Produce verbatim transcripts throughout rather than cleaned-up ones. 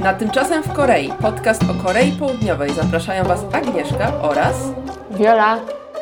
Na Tymczasem w Korei, podcast o Korei Południowej. Zapraszają Was Agnieszka oraz Wiola.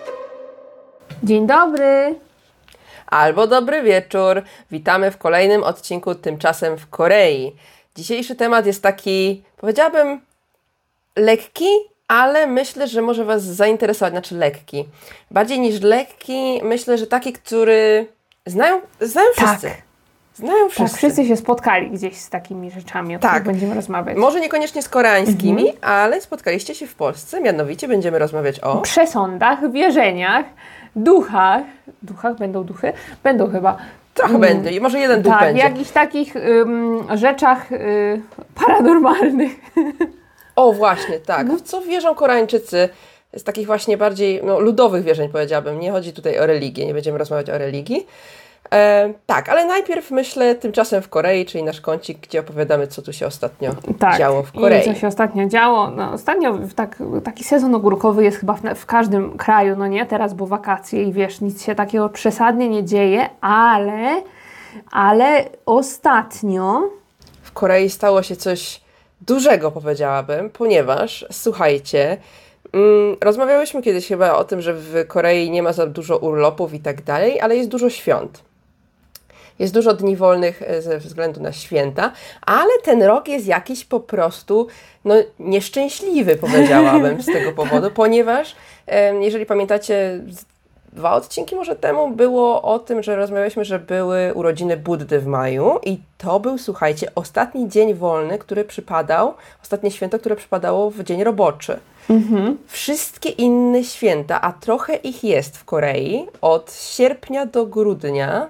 Dzień dobry. Albo dobry wieczór. Witamy w kolejnym odcinku Tymczasem w Korei. Dzisiejszy temat jest taki, powiedziałabym, lekki, ale myślę, że może Was zainteresować, znaczy lekki. Bardziej niż lekki, myślę, że taki, który znają, znają wszyscy. Tak. Znają wszyscy. Tak, wszyscy się spotkali gdzieś z takimi rzeczami, o tak. których będziemy rozmawiać. Może niekoniecznie z koreańskimi, mhm. ale spotkaliście się w Polsce. Mianowicie będziemy rozmawiać o przesądach, wierzeniach, duchach. Duchach? Będą duchy? Będą chyba. Trochę mm, będzie i może jeden duch tak, będzie. jakichś takich ym, rzeczach y, paranormalnych. O, właśnie, tak. W co wierzą Koreańczycy? Z takich właśnie bardziej no, ludowych wierzeń, powiedziałabym. Nie chodzi tutaj o religię, nie będziemy rozmawiać o religii. E, tak, ale najpierw myślę Tymczasem w Korei, czyli nasz kącik, gdzie opowiadamy, co tu się ostatnio tak, działo w Korei. I co się ostatnio działo. No, ostatnio tak, taki sezon ogórkowy jest chyba w, w każdym kraju, no nie? Teraz, bo wakacje i wiesz, nic się takiego przesadnie nie dzieje, ale, ale ostatnio w Korei stało się coś dużego, powiedziałabym, ponieważ, słuchajcie, mm, rozmawiałyśmy kiedyś chyba o tym, że w Korei nie ma za dużo urlopów i tak dalej, ale jest dużo świąt. Jest dużo dni wolnych ze względu na święta, ale ten rok jest jakiś po prostu no, nieszczęśliwy, powiedziałabym, z tego powodu, ponieważ jeżeli pamiętacie, dwa odcinki może temu było o tym, że rozmawialiśmy, że były urodziny Buddy w maju i to był, słuchajcie, ostatni dzień wolny, który przypadał, ostatnie święto, które przypadało w dzień roboczy. Mhm. Wszystkie inne święta, a trochę ich jest w Korei, od sierpnia do grudnia,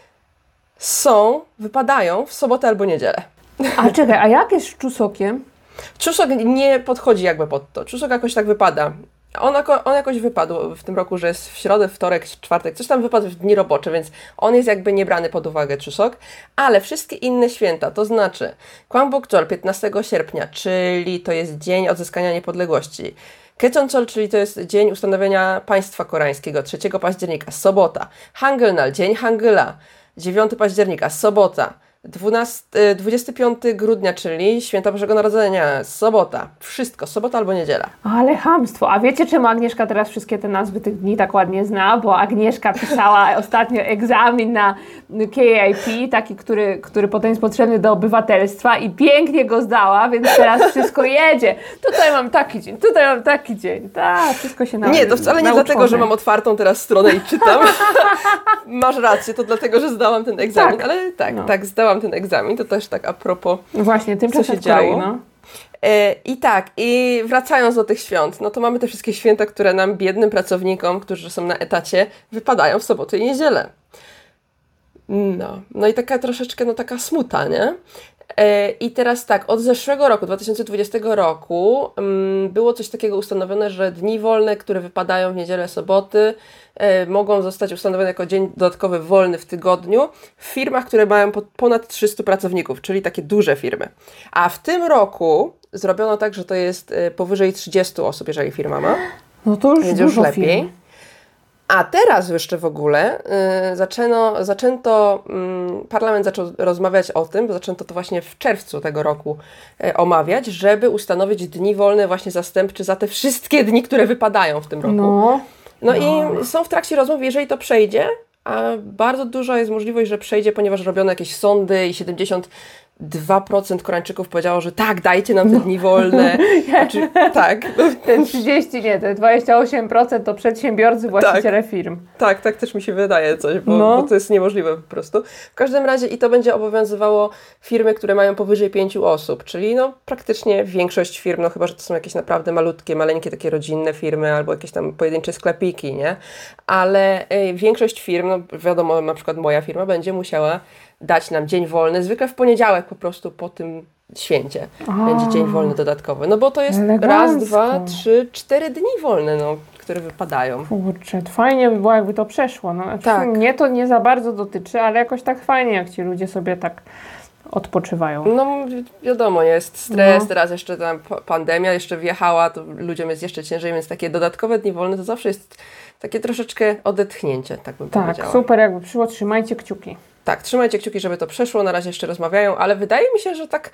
są, wypadają w sobotę albo niedzielę. A czekaj, a jak jest z Chuseokiem? Chuseok nie podchodzi jakby pod to. Chuseok jakoś tak wypada. On, jako, on jakoś wypadł w tym roku, że jest w środę, wtorek, czwartek, coś tam wypadł w dni robocze, więc on jest jakby nie brany pod uwagę, Chuseok. Ale wszystkie inne święta, to znaczy Kwangbokjeol piętnastego sierpnia, czyli to jest dzień odzyskania niepodległości. Kecheonseol, czyli to jest dzień ustanowienia państwa koreańskiego, trzeciego października, sobota. Hangulnal, dzień Hangula, dziewiątego października, sobota. dwudziestego piątego grudnia, czyli Święta Bożego Narodzenia, sobota. Wszystko, sobota albo niedziela. Ale chamstwo. A wiecie, czemu Agnieszka teraz wszystkie te nazwy tych dni tak ładnie zna? Bo Agnieszka pisała ostatnio egzamin na K I P, taki, który, który potem jest potrzebny do obywatelstwa i pięknie go zdała, więc teraz wszystko jedzie. Tutaj mam taki dzień, tutaj mam taki dzień. Tak, wszystko się nauczy. Nie, to wcale nie nauczone. Dlatego, że mam otwartą teraz stronę i czytam. Masz rację, to dlatego, że zdałam ten egzamin, tak, ale tak, no. tak, zdałam ten egzamin, to też tak a propos, właśnie, co się działo. No. E, I tak, i wracając do tych świąt, no to mamy te wszystkie święta, które nam, biednym pracownikom, którzy są na etacie, wypadają w soboty i niedzielę. No, no i taka troszeczkę, no taka smuta, nie? E, I teraz tak, od zeszłego roku, dwa tysiące dwudziestego roku, um, było coś takiego ustanowione, że dni wolne, które wypadają w niedzielę, soboty, e, mogą zostać ustanowione jako dzień dodatkowy wolny w tygodniu w firmach, które mają po, ponad trzystu pracowników, czyli takie duże firmy. A w tym roku zrobiono tak, że to jest e, powyżej trzydziestu osób, jeżeli firma ma. No to już Więc dużo już lepiej. Firm. A teraz jeszcze w ogóle y, zaczęto, zaczęto y, parlament zaczął rozmawiać o tym, bo zaczęto to właśnie w czerwcu tego roku y, omawiać, żeby ustanowić dni wolne właśnie zastępcze za te wszystkie dni, które wypadają w tym roku. No, no, no. I są w trakcie rozmów, jeżeli to przejdzie, a bardzo duża jest możliwość, że przejdzie, ponieważ robiono jakieś sądy i siedemdziesiąt dwa procent Koreańczyków powiedziało, że tak, dajcie nam te dni wolne. Znaczy, tak. Ten trzydzieści, nie, te dwadzieścia osiem procent to przedsiębiorcy, właściciele tak, firm. Tak, tak też mi się wydaje coś, bo, no. bo to jest niemożliwe po prostu. W każdym razie i to będzie obowiązywało firmy, które mają powyżej pięciu osób, czyli no praktycznie większość firm, no chyba, że to są jakieś naprawdę malutkie, maleńkie takie rodzinne firmy albo jakieś tam pojedyncze sklepiki, nie? Ale y, większość firm, no wiadomo, na przykład moja firma będzie musiała dać nam dzień wolny, zwykle w poniedziałek po prostu po tym święcie A, będzie dzień wolny dodatkowy. No bo to jest elegancko. raz, dwa, trzy, cztery dni wolne, no, które wypadają. Kurczę, fajnie by było, jakby to przeszło. No, tak. Mnie to nie za bardzo dotyczy, ale jakoś tak fajnie, jak ci ludzie sobie tak odpoczywają. No wiadomo, jest stres, no. Teraz jeszcze tam pandemia jeszcze wjechała, to ludziom jest jeszcze ciężej, więc takie dodatkowe dni wolne to zawsze jest takie troszeczkę odetchnięcie, tak bym tak, powiedziała. Tak, super jakby przyszło, trzymajcie kciuki. Tak, trzymajcie kciuki, żeby to przeszło, na razie jeszcze rozmawiają, ale wydaje mi się, że tak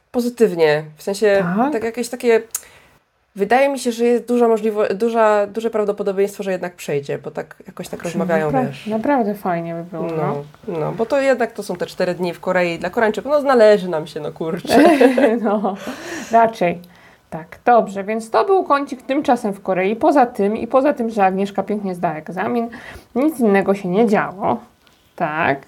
pozytywnie. W sensie Tak? tak jakieś takie... Wydaje mi się, że jest duża możliwość, duża, duże prawdopodobieństwo, że jednak przejdzie, bo tak jakoś tak rozmawiają, Napra- wiesz. Naprawdę fajnie by było, no. No, no, bo to jednak to są te cztery dni w Korei dla Koreańczyków. No należy nam się, no kurczę. No, raczej. Tak, dobrze, więc to był kącik tymczasem w Korei. Poza tym i poza tym, że Agnieszka pięknie zdała egzamin, nic innego się nie działo. Tak.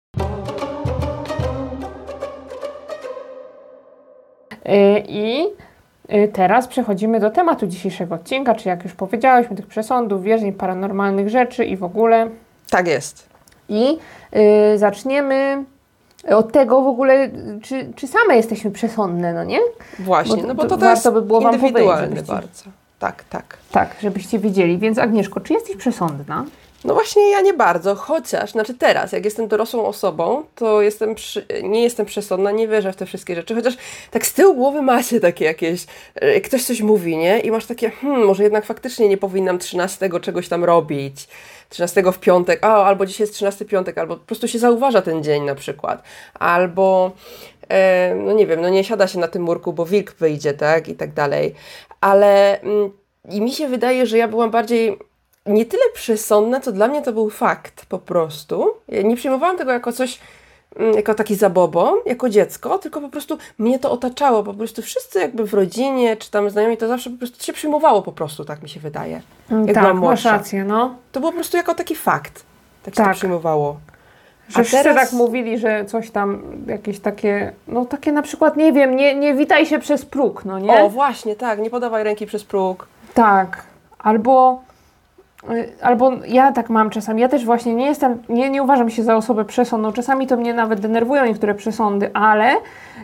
Yy, I yy, teraz przechodzimy do tematu dzisiejszego odcinka, czyli jak już powiedziałyśmy, tych przesądów, wierzeń, paranormalnych rzeczy i w ogóle. Tak jest. I yy, zaczniemy od tego w ogóle, czy, czy same jesteśmy przesądne, no nie? Właśnie, Bo no bo to to, to warto jest by było wam indywidualne powiedzieć, żebyście- bardzo. Tak, tak. Tak, żebyście wiedzieli. Więc Agnieszko, czy jesteś przesądna? No właśnie ja nie bardzo, chociaż, znaczy teraz, jak jestem dorosłą osobą, to jestem przy, nie jestem przesądna, nie wierzę w te wszystkie rzeczy, chociaż tak z tyłu głowy ma się takie jakieś, e, ktoś coś mówi, nie? I masz takie, hmm, może jednak faktycznie nie powinnam trzynastego czegoś tam robić, trzynastego w piątek, a, albo dzisiaj jest trzynasty piątek, albo po prostu się zauważa ten dzień na przykład, albo, e, no nie wiem, no nie siada się na tym murku, bo wilk wyjdzie, tak, i tak dalej, ale mm, i mi się wydaje, że ja byłam bardziej nie tyle przesądna, co dla mnie to był fakt po prostu. Ja nie przyjmowałam tego jako coś, mm, jako taki zabobon, jako dziecko, tylko po prostu mnie to otaczało. Po prostu wszyscy jakby w rodzinie, czy tam znajomi, to zawsze po prostu się przyjmowało po prostu, tak mi się wydaje. Jak tak, byłam masz młodsza. rację, no. To było po prostu jako taki fakt. Tak się Tak. to przyjmowało. Że wszyscy tak mówili, że coś tam, jakieś takie, no takie na przykład, nie wiem, nie, nie witaj się przez próg, no nie? O, właśnie, tak, nie podawaj ręki przez próg. Tak, albo, y, albo ja tak mam czasami, ja też właśnie nie jestem, nie, nie uważam się za osobę przesądną, czasami to mnie nawet denerwują niektóre przesądy, ale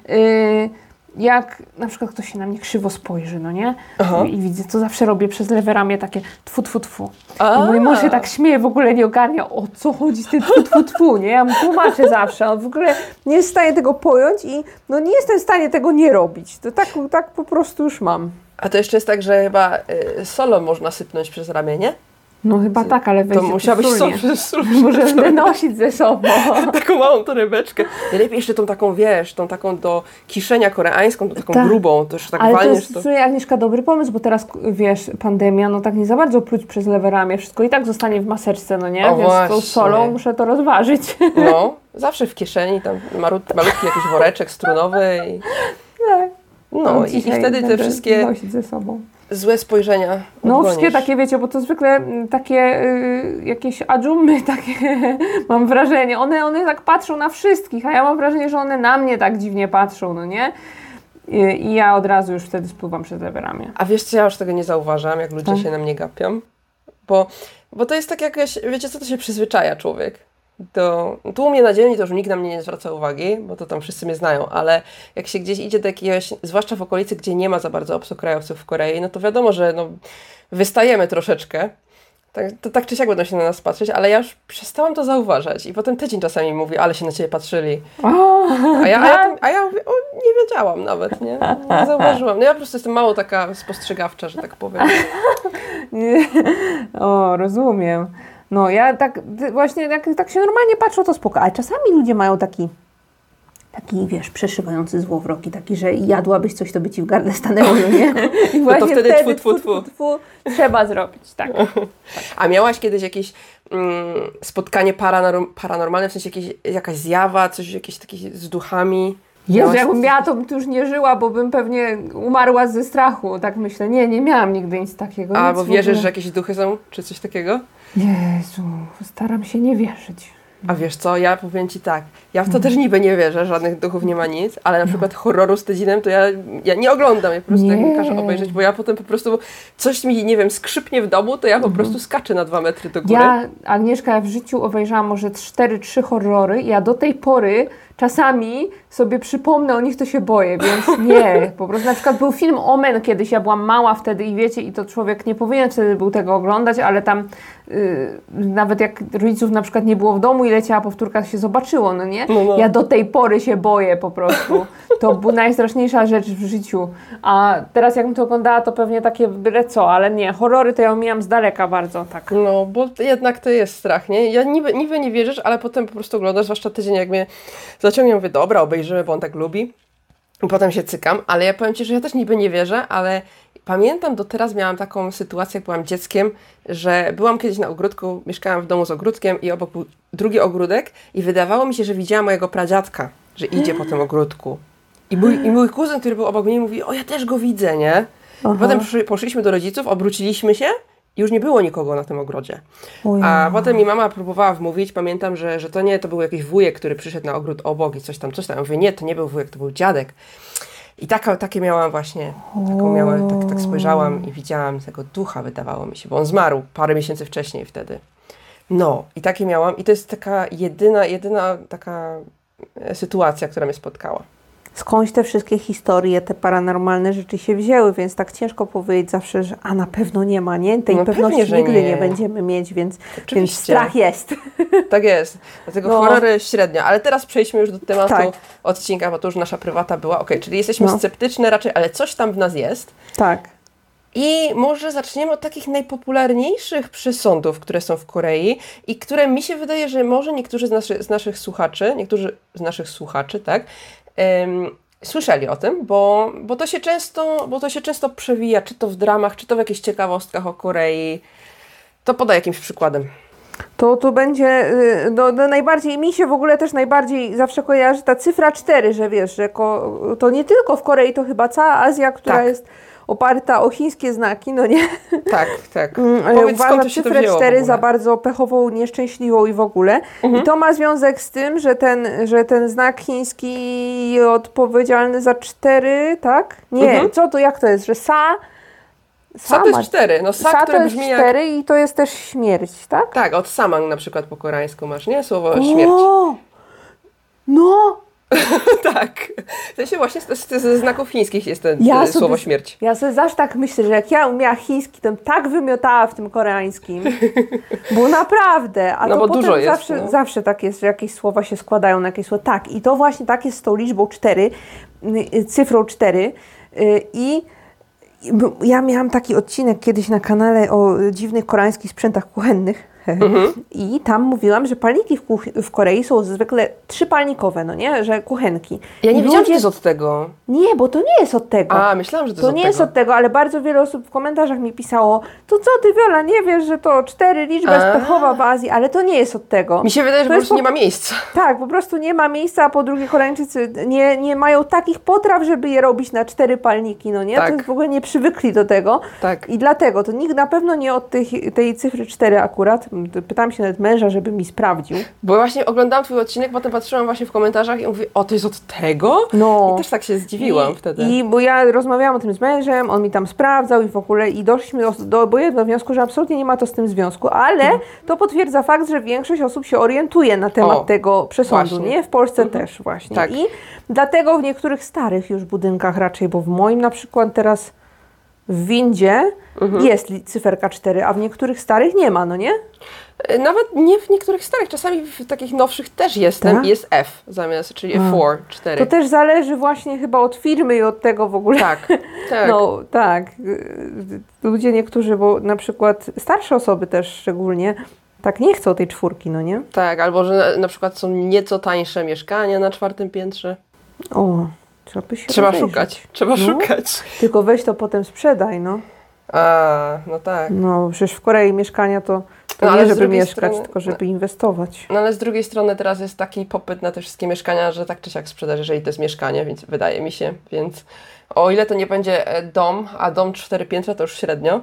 y, jak na przykład ktoś się na mnie krzywo spojrzy, no nie? Aha. I widzę, to zawsze robię przez lewe ramię takie tfu, tfu, tfu. A. I mój mąż się tak śmieje, w ogóle nie ogarnia, o co chodzi z tym tfu, tfu, tfu, nie? Ja mu tłumaczę zawsze, on w ogóle nie jest w stanie tego pojąć i no nie jestem w stanie tego nie robić. To tak, tak po prostu już mam. A to jeszcze jest tak, że chyba y, solo można sypnąć przez ramię, nie? No chyba tak, ale weź To musiałabyś sól przez sól. Może będę nosić ze sobą. Taką małą torebeczkę. Najlepiej jeszcze tą taką, wiesz, tą taką do kiszenia koreańską, tą taką Tak. grubą, to już tak Ale to walniesz jest, to. w sumie, Agnieszka, dobry pomysł, bo teraz, wiesz, pandemia, no tak nie za bardzo pluć przez lewe ramię, wszystko i tak zostanie w maseczce, no nie? O, Więc tą właśnie. solą muszę to rozważyć. No, zawsze w kieszeni, tam malut, malutki jakiś woreczek strunowy i... Tak. No i, i Dzisiaj wtedy te będę wszystkie nosić ze sobą. złe spojrzenia No odgonisz. wszystkie takie, wiecie, bo to zwykle mm, takie y, jakieś adżumy, takie mam wrażenie, one, one tak patrzą na wszystkich, a ja mam wrażenie, że one na mnie tak dziwnie patrzą, no nie? I, i ja od razu już wtedy spływam przez lewe ramię. A wiesz co, ja już tego nie zauważam, jak ludzie Tak. się na mnie gapią. Bo, bo to jest tak jakaś, wiecie co, to się przyzwyczaja człowiek. To, tu u mnie na dzielni to już nikt na mnie nie zwraca uwagi, bo to tam wszyscy mnie znają, ale jak się gdzieś idzie do jakiegoś, zwłaszcza w okolicy, gdzie nie ma za bardzo obcokrajowców w Korei, no to wiadomo, że no, wystajemy troszeczkę. Tak, to tak czy siak będą się na nas patrzeć, ale ja już przestałam to zauważać i potem tydzień czasami mówi, ale się na ciebie patrzyli. O, A ja, a ja, tam, a ja mówię, o, nie wiedziałam nawet, nie? Nie zauważyłam. No ja po prostu jestem mało taka spostrzegawcza, że tak powiem. nie. O, rozumiem. No ja tak ty- właśnie, jak tak się normalnie patrzą, to spoko, ale czasami ludzie mają taki, taki, wiesz, przeszywający złowrogi, taki, że jadłabyś coś, to by ci w gardle stanęło, no nie? I właśnie wtedy tfu, tfu, tfu. tfu, trzeba zrobić, tak. A miałaś kiedyś jakieś mm, spotkanie paranorm- paranormalne, w sensie jakieś, jakaś zjawa, coś, jakieś takie z duchami? Jezu, Miałaś jakbym coś- miała, to bym tu już nie żyła, bo bym pewnie umarła ze strachu, tak myślę. Nie, nie miałam nigdy nic takiego. A, nic bo w wierzysz, ogóle. że jakieś duchy są, czy coś takiego? Jezu, staram się nie wierzyć. A wiesz co, ja powiem Ci tak, ja w to też niby nie wierzę, żadnych duchów nie ma nic, ale na przykład horroru z Tedzinem to ja, ja nie oglądam, ja po prostu jak mi Nie. każę obejrzeć, bo ja potem po prostu coś mi, nie wiem, skrzypnie w domu, to ja po prostu skaczę na dwa metry do góry. Ja, Agnieszka, ja w życiu obejrzałam może cztery trzy horrory i ja do tej pory czasami sobie przypomnę o nich, to się boję, więc nie. Po prostu na przykład był film Omen kiedyś, ja byłam mała wtedy i wiecie, i to człowiek nie powinien wtedy był tego oglądać, ale tam y, nawet jak rodziców na przykład nie było w domu i leciała powtórka, to się zobaczyło, no nie? No, no. Ja do tej pory się boję po prostu. To była najstraszniejsza rzecz w życiu. A teraz jakbym to oglądała, to pewnie takie byle co, ale nie, horrory to ja omijam z daleka bardzo, tak. No, bo jednak to jest strach, nie? Ja niby, niby nie wierzysz, ale potem po prostu oglądasz, zwłaszcza tydzień jak mnie zaciągnie, mówię, dobra, obejrzymy, bo on tak lubi. I potem się cykam, ale ja powiem Ci, że ja też niby nie wierzę, ale pamiętam do teraz miałam taką sytuację, jak byłam dzieckiem, że byłam kiedyś na ogródku, mieszkałam w domu z ogródkiem i obok był drugi ogródek i wydawało mi się, że widziałam mojego pradziadka, że idzie po tym ogródku. I mój, i mój kuzyn, który był obok mnie, mówi, o ja też go widzę, nie? I potem poszli, poszliśmy do rodziców, obróciliśmy się i już nie było nikogo na tym ogrodzie. Ojej. A potem mi mama próbowała wmówić, pamiętam, że, że to nie, to był jakiś wujek, który przyszedł na ogród obok i coś tam, coś tam. Ja mówię, nie, to nie był wujek, to był dziadek. I taka, takie miałam właśnie, taką miałam, tak, tak spojrzałam i widziałam tego ducha, wydawało mi się, bo on zmarł parę miesięcy wcześniej wtedy. No, i takie miałam i to jest taka jedyna, jedyna taka sytuacja, która mnie spotkała. Skądś te wszystkie historie, te paranormalne rzeczy się wzięły, więc tak ciężko powiedzieć zawsze, że a na pewno nie ma, nie? Tej no pewności pewnie, nigdy nie. nie będziemy mieć, więc, więc strach jest. Tak jest. Dlatego no. horrory średnio. Ale teraz przejdźmy już do tematu tak. odcinka, bo to już nasza prywata była. Okej, czyli jesteśmy no. sceptyczne raczej, ale coś tam w nas jest. Tak. I może zaczniemy od takich najpopularniejszych przesądów, które są w Korei i które mi się wydaje, że może niektórzy z, naszy, z naszych słuchaczy, niektórzy z naszych słuchaczy, tak, um, słyszeli o tym, bo, bo, to się często, bo to się często przewija, czy to w dramach, czy to w jakichś ciekawostkach o Korei. To podaj jakimś przykładem. To, to będzie, no, no najbardziej, mi się w ogóle też najbardziej zawsze kojarzy ta cyfra cztery, że wiesz, że ko, to nie tylko w Korei, to chyba cała Azja, która tak. jest oparta o chińskie znaki, no nie? Tak, tak. Powiedz, uważa cyfrę cztery za bardzo pechową, nieszczęśliwą i w ogóle. Mhm. I to ma związek z tym, że ten, że ten znak chiński odpowiedzialny za cztery, tak? Nie, mhm. co to, jak to jest, że sa... Sa, sa to jest cztery. No, sa, sa które to jest brzmi cztery jak... i to jest też śmierć, tak? Tak, od samang na przykład po koreańsku masz, nie? Słowo o, śmierć. No! Tak. To się właśnie ze znaków chińskich jest ten, ja słowo sobie, śmierć. Ja sobie zawsze tak myślę, że jak ja umiała chiński, to bym tak wymiotała w tym koreańskim. Bo naprawdę. A no to bo potem dużo jest, zawsze, no. zawsze tak jest, że jakieś słowa się składają na jakieś słowa. Tak. I to właśnie tak jest z tą liczbą cztery, cyfrą cztery. I ja miałam taki odcinek kiedyś na kanale o dziwnych koreańskich sprzętach kuchennych. Mhm. I tam mówiłam, że palniki w, kuch- w Korei są zwykle trzypalnikowe, no nie? Że kuchenki. Ja nie I wiedziałam, ludzie... że to jest od tego. Nie, bo to nie jest od tego. A, myślałam, że to, to jest od tego. To nie jest od tego, ale bardzo wiele osób w komentarzach mi pisało, to co ty, Wiola, nie wiesz, że to cztery liczba jest pechowa w Azji, ale to nie jest od tego. Mi się wydaje, że to po prostu po... nie ma miejsca. Tak, po prostu nie ma miejsca, a po drugie Koreańczycy nie, nie mają takich potraw, żeby je robić na cztery palniki, no nie? Tak. To jest w ogóle nie przywykli do tego. Tak. I dlatego, to nikt na pewno nie od tej, tej cyfry cztery akurat. Pytam się nawet męża, żeby mi sprawdził. Bo właśnie oglądałam twój odcinek, potem patrzyłam właśnie w komentarzach i mówię, o, to jest od tego? No. I też tak się zdziwiłam I, wtedy. I bo ja rozmawiałam o tym z mężem, on mi tam sprawdzał i w ogóle i doszliśmy do, do obojętnego wniosku, że absolutnie nie ma to z tym związku, ale mhm. to potwierdza fakt, że większość osób się orientuje na temat o, tego przesądu, właśnie. Nie? W Polsce mhm. też właśnie. Tak. I dlatego w niektórych starych już budynkach raczej, bo w moim na przykład teraz w windzie mhm. jest cyferka cztery, a w niektórych starych nie ma, no nie? Nawet nie w niektórych starych, czasami w takich nowszych też jest, tak? Jest F zamiast, czyli cztery, cztery. To też zależy właśnie chyba od firmy i od tego w ogóle. Tak, tak. No tak. Ludzie niektórzy, bo na przykład starsze osoby też szczególnie, tak nie chcą tej czwórki, no nie? Tak, albo że na, na przykład są nieco tańsze mieszkania na czwartym piętrze. O, trzeba by się Trzeba rozejrzeć. szukać, trzeba no, szukać. Tylko weź to potem sprzedaj, no. A, no tak. No, przecież w Korei mieszkania to, to no, nie żeby mieszkać, strony, tylko żeby no, inwestować. No ale z drugiej strony teraz jest taki popyt na te wszystkie mieszkania, że tak czy siak sprzedaż, jeżeli to jest mieszkanie, więc wydaje mi się, więc o ile to nie będzie dom, a dom cztery piętra to już średnio,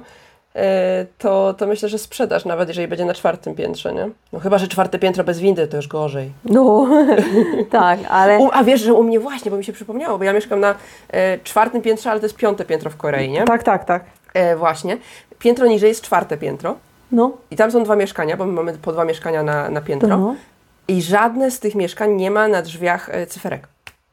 to, to myślę, że sprzedaż, nawet jeżeli będzie na czwartym piętrze, nie? No chyba, że czwarte piętro bez windy, to już gorzej. No, tak, ale... U, a wiesz, że u mnie właśnie, bo mi się przypomniało, bo ja mieszkam na e, czwartym piętrze, ale to jest piąte piętro w Korei, nie? Tak, tak, tak. E, właśnie. Piętro niżej jest czwarte piętro. No. I tam są dwa mieszkania, bo my mamy po dwa mieszkania na, na piętro. No. I żadne z tych mieszkań nie ma na drzwiach e, cyferek.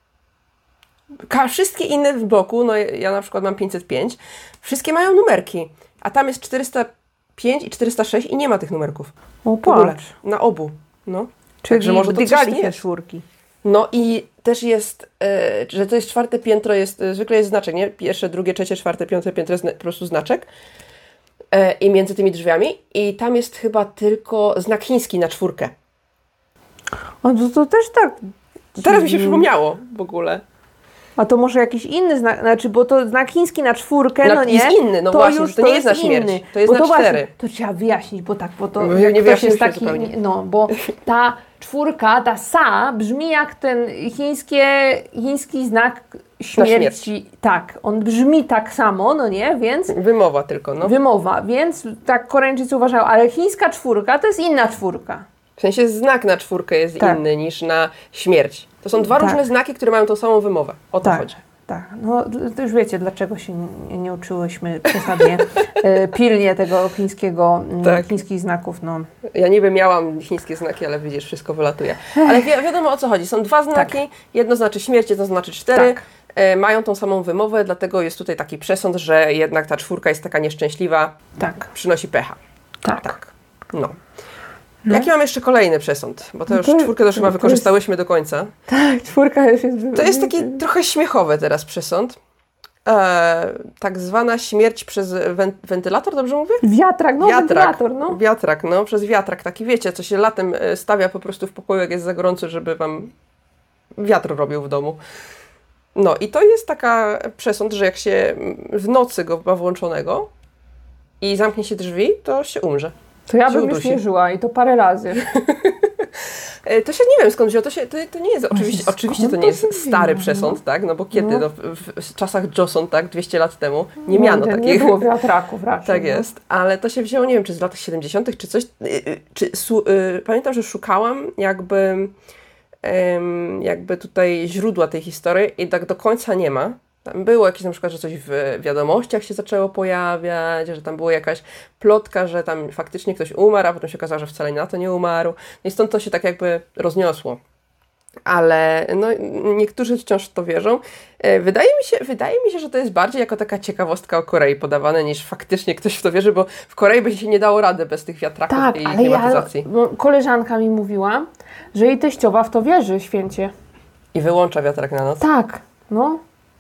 Ka- wszystkie inne w bloku, no ja na przykład mam pięćset pięć, wszystkie mają numerki. A tam jest czterysta pięć i czterysta sześć i nie ma tych numerków. O, patrz. Na obu. No. Czyli Także może to dygali te czwórki. No i też jest, e, że to jest czwarte piętro, jest, e, zwykle jest znaczek, nie? Pierwsze, drugie, trzecie, czwarte, piąte piętro jest po prostu znaczek. E, I między tymi drzwiami. I tam jest chyba tylko znak chiński na czwórkę. A to, to też tak. Teraz mi się przypomniało w ogóle. A to może jakiś inny znak, znaczy, bo to znak chiński na czwórkę, Na- no nie? jest inny, no to właśnie, już to nie jest na śmierć, inny. to jest bo na to cztery. Właśnie, to trzeba wyjaśnić, bo tak, bo to No, jak nie ktoś wyjaśniłyśmy jest taki, zupełnie. no, bo ta czwórka, ta sa brzmi jak ten chińskie, chiński znak śmierci. Tak, on brzmi tak samo, no nie, więc Wymowa tylko, no. wymowa, więc tak Koreańczycy uważają, ale chińska czwórka to jest inna czwórka. W sensie znak na czwórkę jest Tak. inny niż na śmierć. To są dwa Tak. różne znaki, które mają tą samą wymowę. O to Tak. chodzi. Tak, no to już wiecie, dlaczego się nie, nie uczyłyśmy przesadnie e, pilnie tego chińskiego, m, Tak. chińskich znaków, no. Ja niby miałam chińskie znaki, ale widzisz, wszystko wylatuje. Ale wi wiadomo o co chodzi. Są dwa znaki, jedno znaczy śmierć, jedno znaczy cztery. Tak. E, mają tą samą wymowę, dlatego jest tutaj taki przesąd, że jednak ta czwórka jest taka nieszczęśliwa, Tak, przynosi pecha. tak. Tak. No. Jaki mam jeszcze kolejny przesąd? Bo to już to- czwórkę to już chyba to jest- wykorzystałyśmy do końca. Tak, czwórka już jest... To jest taki trochę śmiechowy teraz przesąd. E, tak zwana śmierć przez wen wentylator, dobrze mówię? Wiatrak, no wentylator, no. Wiatrak, no, przez wiatrak. Taki wiecie, co się latem e, stawia po prostu w pokoju, jak jest za gorąco, żeby wam wiatr robił w domu. No i to jest taka przesąd, że jak się w nocy go ma włączonego i zamknie się drzwi, to się umrze. To ja się bym już udusi. nie żyła i to parę razy. E, To się nie wiem skąd wziął, to, się, to, to nie jest, oczywiście, skąd oczywiście to to nie jest się stary wzięło, przesąd, tak? No bo kiedy, No. no. w, w czasach Joseon, tak, dwieście lat temu, nie No, miano nie takich. było wiatraków raczej. Tak no. jest, ale to się wzięło, nie wiem, czy z lat siedemdziesiątych, czy coś, y, y, czy, su, y, pamiętam, że szukałam jakby, ym, jakby tutaj źródła tej historii i tak do końca nie ma. Tam było jakieś na przykład, że coś w wiadomościach się zaczęło pojawiać, że tam była jakaś plotka, że tam faktycznie ktoś umarł, a potem się okazało, że wcale na to nie umarł. No i stąd to się tak jakby rozniosło. Ale no, niektórzy wciąż w to wierzą. E, Wydaje mi się, wydaje mi się, że to jest bardziej jako taka ciekawostka o Korei podawane, niż faktycznie ktoś w to wierzy, bo w Korei by się nie dało rady bez tych wiatraków Tak, i ale ja, klimatyzacji. no, koleżanka mi mówiła, że jej teściowa w to wierzy święcie. I wyłącza wiatrak na noc. Tak, no,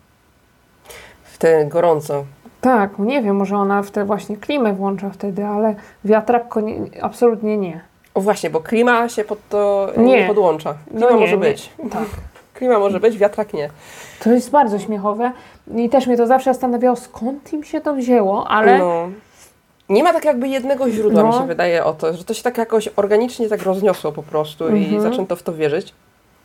W te gorąco. tak, nie wiem, może ona w tę właśnie klimę włącza wtedy, ale wiatrak konie- absolutnie nie. O właśnie, bo klima się pod to nie, Nie. podłącza. Klima No nie, może nie. być. Tak. Klima może być, wiatrak nie. To jest bardzo śmiechowe i też mnie to zawsze zastanawiało, skąd im się to wzięło, ale No. Nie ma tak jakby jednego źródła, No. mi się wydaje o to, że to się tak jakoś organicznie tak rozniosło po prostu i Mhm. zaczęto w to wierzyć.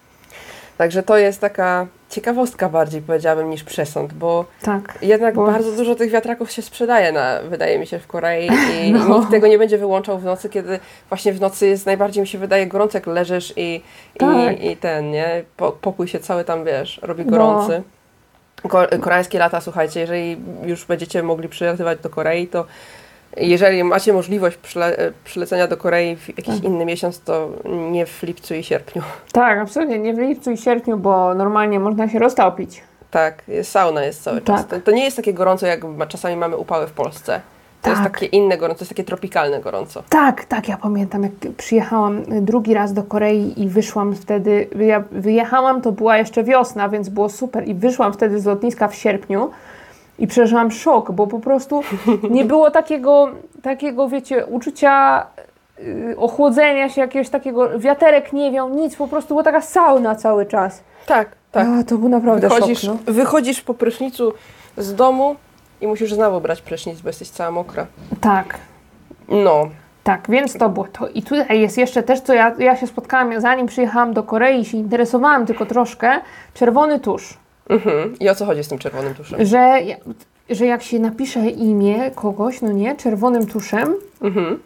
Także to jest taka ciekawostka bardziej, powiedziałabym, niż przesąd, bo tak. jednak Bo- bardzo dużo tych wiatraków się sprzedaje, na, wydaje mi się, w Korei i No. nikt tego nie będzie wyłączał w nocy, kiedy właśnie w nocy jest najbardziej, mi się wydaje, gorąco, jak leżysz i, Tak. i, i ten, nie? Po, pokój się cały tam, wiesz, robi No. gorący. Ko koreańskie lata, słuchajcie, jeżeli już będziecie mogli przylatywać do Korei, to jeżeli macie możliwość przyle przylecenia do Korei w jakiś Tak. inny miesiąc, to nie w lipcu i sierpniu. Tak, absolutnie, nie w lipcu i sierpniu, bo normalnie można się roztopić. Tak, sauna jest cały czas. Tak. To, to nie jest takie gorąco, jak ma, czasami mamy upały w Polsce. To jest Tak. takie inne gorąco, to jest takie tropikalne gorąco. Tak, tak, ja pamiętam, jak przyjechałam drugi raz do Korei i wyszłam wtedy, ja wyjechałam, to była jeszcze wiosna, więc było super i wyszłam wtedy z lotniska w sierpniu i przeżyłam szok, bo po prostu nie było takiego, takiego wiecie, uczucia y, ochłodzenia się, jakiegoś takiego, wiaterek nie wiał, nic, po prostu była taka sauna cały czas. Tak, tak. A, to był naprawdę Wychodzisz, szok, no. wychodzisz po prysznicu z domu i musisz znowu brać prysznic, bo jesteś cała mokra. Tak. No, Tak, więc to było to. I tutaj jest jeszcze też, co ja, ja się spotkałam, zanim przyjechałam do Korei, się interesowałam tylko troszkę, czerwony tusz. mhm. I o co chodzi z tym czerwonym tuszem? Że, ja- że jak się napisze imię kogoś, no nie, czerwonym tuszem, Mhm.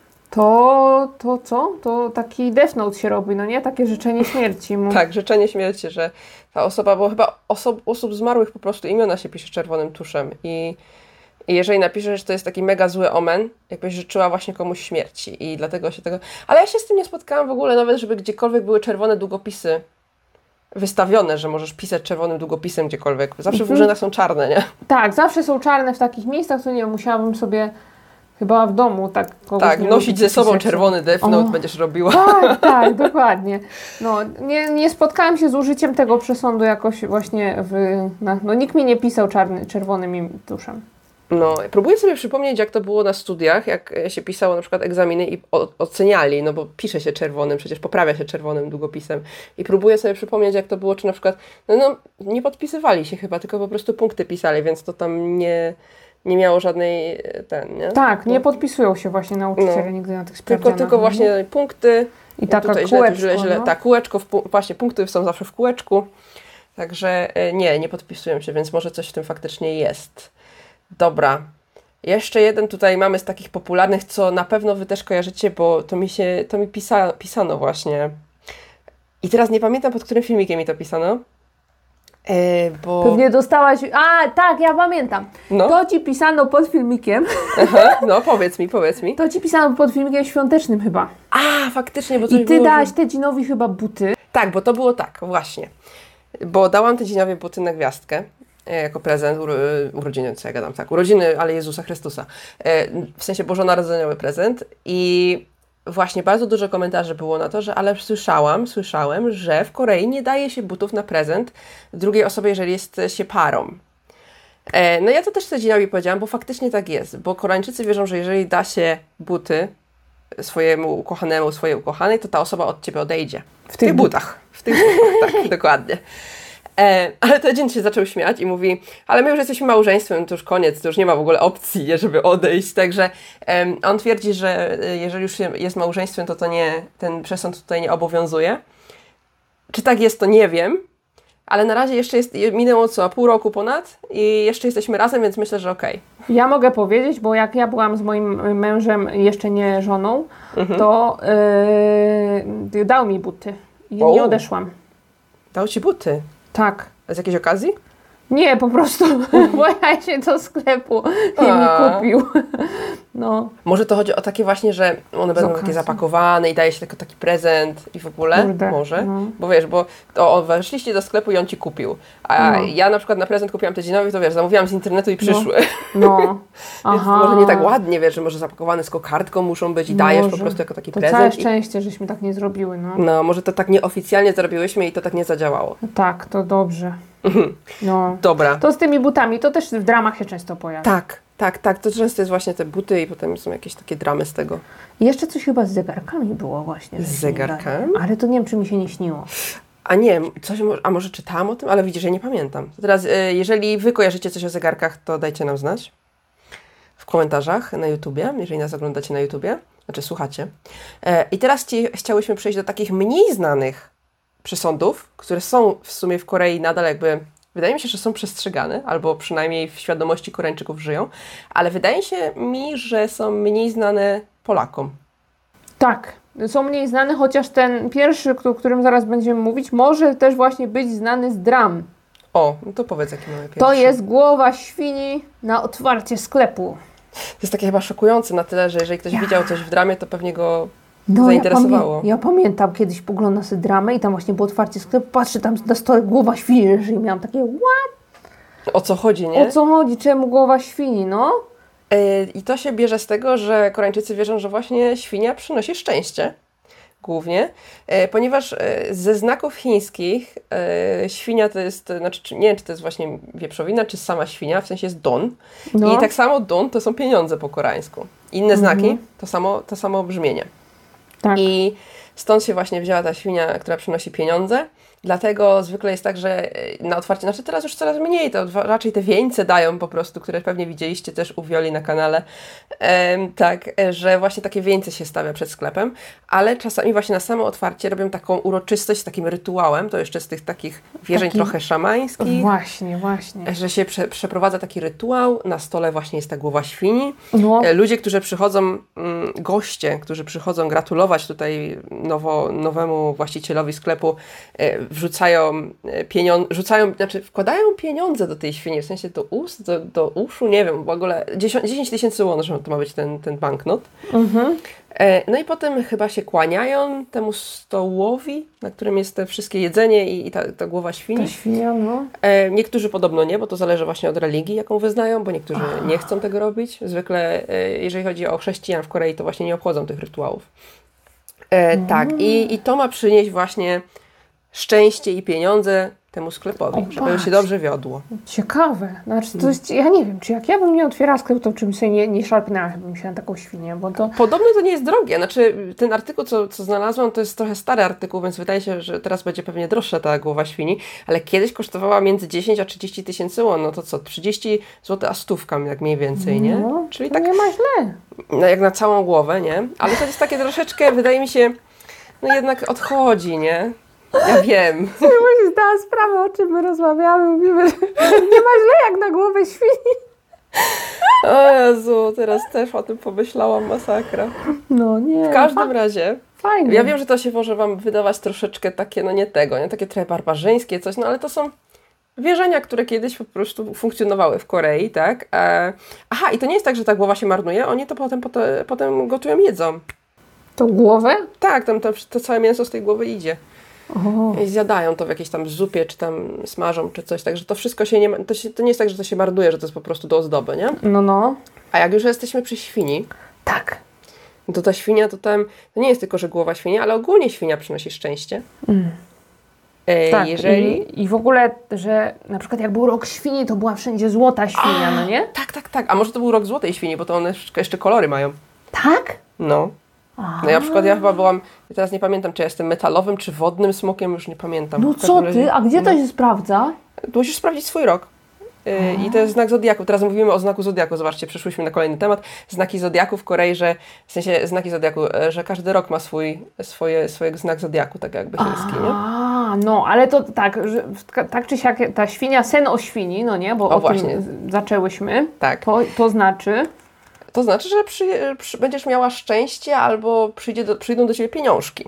to, to co? To taki Death Note się robi, no nie? Takie życzenie śmierci mu. Tak, życzenie śmierci, że ta osoba, bo chyba osob, osób zmarłych po prostu imiona się pisze czerwonym tuszem i, i jeżeli napiszesz, że to jest taki mega zły omen, jakbyś życzyła właśnie komuś śmierci i dlatego się tego... Ale ja się z tym nie spotkałam w ogóle, nawet żeby gdziekolwiek były czerwone długopisy wystawione, że możesz pisać czerwonym długopisem gdziekolwiek. Zawsze w Mhm. urzędach są czarne, nie? Tak, zawsze są czarne w takich miejscach, to nie wiem, musiałabym sobie chyba w domu tak kogoś Tak, nie nosić lubić ze sobą pisać. czerwony Death O. Note będziesz robiła. Tak, tak, dokładnie. No, nie, nie spotkałam się z użyciem tego przesądu jakoś właśnie w... Na, no, nikt mi nie pisał czarny, czerwonym im tuszem. No, próbuję sobie przypomnieć, jak to było na studiach, jak się pisało na przykład egzaminy i o, oceniali, no bo pisze się czerwonym, przecież poprawia się czerwonym długopisem. I próbuję sobie przypomnieć, jak to było, czy na przykład, no, no nie podpisywali się chyba, tylko po prostu punkty pisali, więc to tam nie, nie miało żadnej, ten, nie? Tak, nie podpisują się właśnie nauczyciele No. nigdy na tych Tylko, sprawdzianach. tylko właśnie punkty. I taka tutaj kółeczko, źle, źle, źle. no. Tak, kółeczko, w pu- właśnie punkty są zawsze w kółeczku, także e, nie, nie podpisują się, więc może coś w tym faktycznie jest. Dobra. Jeszcze jeden tutaj mamy z takich popularnych, co na pewno wy też kojarzycie, bo to mi się, to mi pisa, pisano właśnie. I teraz nie pamiętam, pod którym filmikiem mi to pisano. E, bo... Pewnie dostałaś... A, tak, ja pamiętam. No. To ci pisano pod filmikiem. Aha, no powiedz mi, powiedz mi. To ci pisano pod filmikiem świątecznym chyba. A, faktycznie, bo coś I ty było, dałaś że... Tedzinowi chyba buty. Tak, bo to było tak, właśnie. Bo dałam Tedzinowi buty na gwiazdkę. Jako prezent, uro, urodziny, co ja gadam, tak, urodziny, ale Jezusa Chrystusa, w sensie bożonarodzeniowy prezent i właśnie bardzo dużo komentarzy było na to, że ale słyszałam, słyszałem, że w Korei nie daje się butów na prezent drugiej osobie, jeżeli jest się parą. No ja to też Tedzinowi powiedziałam, bo faktycznie tak jest, bo Koreańczycy wierzą, że jeżeli da się buty swojemu ukochanemu, swojej ukochanej, to ta osoba od ciebie odejdzie. W, w tych butach. butach. W tych butach, tak, dokładnie. E, ale Tedzin się zaczął śmiać i mówi, ale my już jesteśmy małżeństwem, to już koniec, to już nie ma w ogóle opcji, nie, żeby odejść. Także e, on twierdzi, że jeżeli już jest małżeństwem, to, to nie, ten przesąd tutaj nie obowiązuje. Czy tak jest, to nie wiem, ale na razie jeszcze jest, minęło co, pół roku ponad i jeszcze jesteśmy razem, więc myślę, że okej. Okay. Ja mogę powiedzieć, bo jak ja byłam z moim mężem, jeszcze nie żoną, mhm. to yy, dał mi buty i o. nie odeszłam. Dał ci buty? Tak. Z jakiejś okazji? Nie, po prostu, bo ja się do sklepu i mi kupił. No. Może to chodzi o takie właśnie, że one będą takie zapakowane i daje się tylko taki prezent i w ogóle? Kurde, może? No. Bo wiesz, bo to weszliście do sklepu i on ci kupił. A no. ja na przykład na prezent kupiłam Tedzinowi, to wiesz, zamówiłam z internetu i przyszły. No. no. Więc może nie tak ładnie, wiesz, że może zapakowane z kokardką muszą być i może. dajesz po prostu jako taki to prezent. Całe szczęście, i... żeśmy tak nie zrobiły. No. no, może to tak nieoficjalnie zrobiłyśmy i to tak nie zadziałało. No tak, to dobrze. No. Dobra. To z tymi butami, to też w dramach się często pojawia. Tak, tak, tak. To często jest właśnie te buty i potem są jakieś takie dramy z tego. I jeszcze coś chyba z zegarkami było właśnie. Z zegarkami? Ale to nie wiem, czy mi się nie śniło. A nie, coś, a może czytałam o tym, ale widzisz, że nie pamiętam. To teraz, jeżeli wy kojarzycie coś o zegarkach, to dajcie nam znać w komentarzach na YouTubie, jeżeli nas oglądacie na YouTubie, znaczy słuchacie. I teraz ci chciałyśmy przejść do takich mniej znanych przesądów, które są w sumie w Korei nadal jakby, wydaje mi się, że są przestrzegane, albo przynajmniej w świadomości Koreańczyków żyją, ale wydaje się mi, że są mniej znane Polakom. Tak, są mniej znane, chociaż ten pierwszy, o którym zaraz będziemy mówić, może też właśnie być znany z dram. O, no to powiedz, jaki mamy pierwszy. To jest głowa świni na otwarcie sklepu. To jest takie chyba szokujące na tyle, że jeżeli ktoś ja. widział coś w dramie, to pewnie go no, zainteresowało. Ja, pamię- ja pamiętam, kiedyś poglądam sobie dramę i tam właśnie było otwarcie sklepu, patrzę tam na stole głowa świni, że miałam takie what? O co chodzi, nie? O co chodzi? Czemu głowa świni, no? Yy, I to się bierze z tego, że Koreańczycy wierzą, że właśnie świnia przynosi szczęście. Głównie, e, ponieważ e, ze znaków chińskich e, świnia to jest, znaczy, czy, nie wiem, czy to jest właśnie wieprzowina, czy sama świnia, w sensie jest don. No. I tak samo don to są pieniądze po koreańsku. Inne mhm. znaki to samo, to samo brzmienie. Tak. I stąd się właśnie wzięła ta świnia, która przynosi pieniądze. Dlatego zwykle jest tak, że na otwarcie, znaczy teraz już coraz mniej, to raczej te wieńce dają po prostu, które pewnie widzieliście też u Wioli na kanale, ehm, tak, że właśnie takie wieńce się stawia przed sklepem, ale czasami właśnie na samo otwarcie robią taką uroczystość z takim rytuałem, to jeszcze z tych takich wierzeń taki... trochę szamańskich. Właśnie, właśnie. Że się prze, przeprowadza taki rytuał, na stole właśnie jest ta głowa świni. No. Ludzie, którzy przychodzą, mm, goście, którzy przychodzą gratulować tutaj nowo, nowemu właścicielowi sklepu, e, wrzucają pieniądze, rzucają, znaczy wkładają pieniądze do tej świni, w sensie do ust, do, do uszu, nie wiem, w ogóle dziesięć tysięcy won, że to ma być ten, ten banknot. Mhm. E, no i potem chyba się kłaniają temu stołowi, na którym jest te wszystkie jedzenie i, i ta, ta głowa świni. Ta świnia, no. E, niektórzy podobno nie, bo to zależy właśnie od religii, jaką wyznają, bo niektórzy Ach. nie chcą tego robić. Zwykle, e, jeżeli chodzi o chrześcijan w Korei, to właśnie nie obchodzą tych rytuałów. E, mm. Tak, i, i to ma przynieść właśnie szczęście i pieniądze temu sklepowi, O, żeby patrz. się dobrze wiodło. Ciekawe. Znaczy, to jest, ja nie wiem, czy jak ja bym nie otwierała sklepu, to czymś sobie nie, nie szarpnęłabym się na taką świnię, bo to... Podobno to nie jest drogie. Znaczy, ten artykuł, co, co znalazłam, to jest trochę stary artykuł, więc wydaje się, że teraz będzie pewnie droższa ta głowa świni, ale kiedyś kosztowała między dziesięć a trzydzieści tysięcy won. No to co, trzydzieści złotych a stówka jak mniej więcej, nie? No, Czyli to tak nie ma źle. no, jak na całą głowę, nie? Ale to jest takie troszeczkę, wydaje mi się, no jednak odchodzi, nie? Ja wiem. Ja się zdałam sprawę, o czym my rozmawiamy. Mówimy, że nie ma źle jak na głowę świni. O Jezu, teraz też o tym pomyślałam, masakra. No nie. W każdym razie, Fajnie. ja wiem, że to się może wam wydawać troszeczkę takie, no nie tego, nie? Takie trochę barbarzyńskie coś, no ale to są wierzenia, które kiedyś po prostu funkcjonowały w Korei, tak? E, aha, i to nie jest tak, że ta głowa się marnuje, oni to potem, potem, potem gotują, jedzą. To głowę? Tak, tam to, to całe mięso z tej głowy idzie. O. I zjadają to w jakiejś tam zupie, czy tam smażą, czy coś, także to wszystko się nie, ma- to, się, to nie jest tak, że to się marnuje, że to jest po prostu do ozdoby, nie? No, no. A jak już jesteśmy przy świni, Tak. to ta świnia to tam, to nie jest tylko, że głowa świni, ale ogólnie świnia przynosi szczęście. E, Tak. jeżeli... I, I w ogóle, że na przykład jak był rok świni, to była wszędzie złota świnia, no nie? Tak, tak, tak. A może to był rok złotej świni, bo to one jeszcze- jeszcze kolory mają. Tak? No. No ja na przykład, ja chyba byłam, ja teraz nie pamiętam, czy ja jestem metalowym, czy wodnym smokiem, już nie pamiętam. No W każdym co razie- ty? A gdzie to no. się sprawdza? Musisz sprawdzić swój rok. Yy, I to jest znak Zodiaku. Teraz mówimy o znaku Zodiaku. Zobaczcie, przeszłyśmy na kolejny temat. Znaki Zodiaku w Korei, że w sensie znaki Zodiaku, e, że każdy rok ma swój, swoje, swój znak Zodiaku, tak jakby chiński, nie? A, no, ale to tak, że, tak czy siak ta świnia, sen o świni, no nie, bo o, O, właśnie. tym z- zaczęłyśmy. Tak. To, to znaczy, To znaczy, że przy, przy, będziesz miała szczęście albo przyjdzie do, przyjdą do Ciebie pieniążki.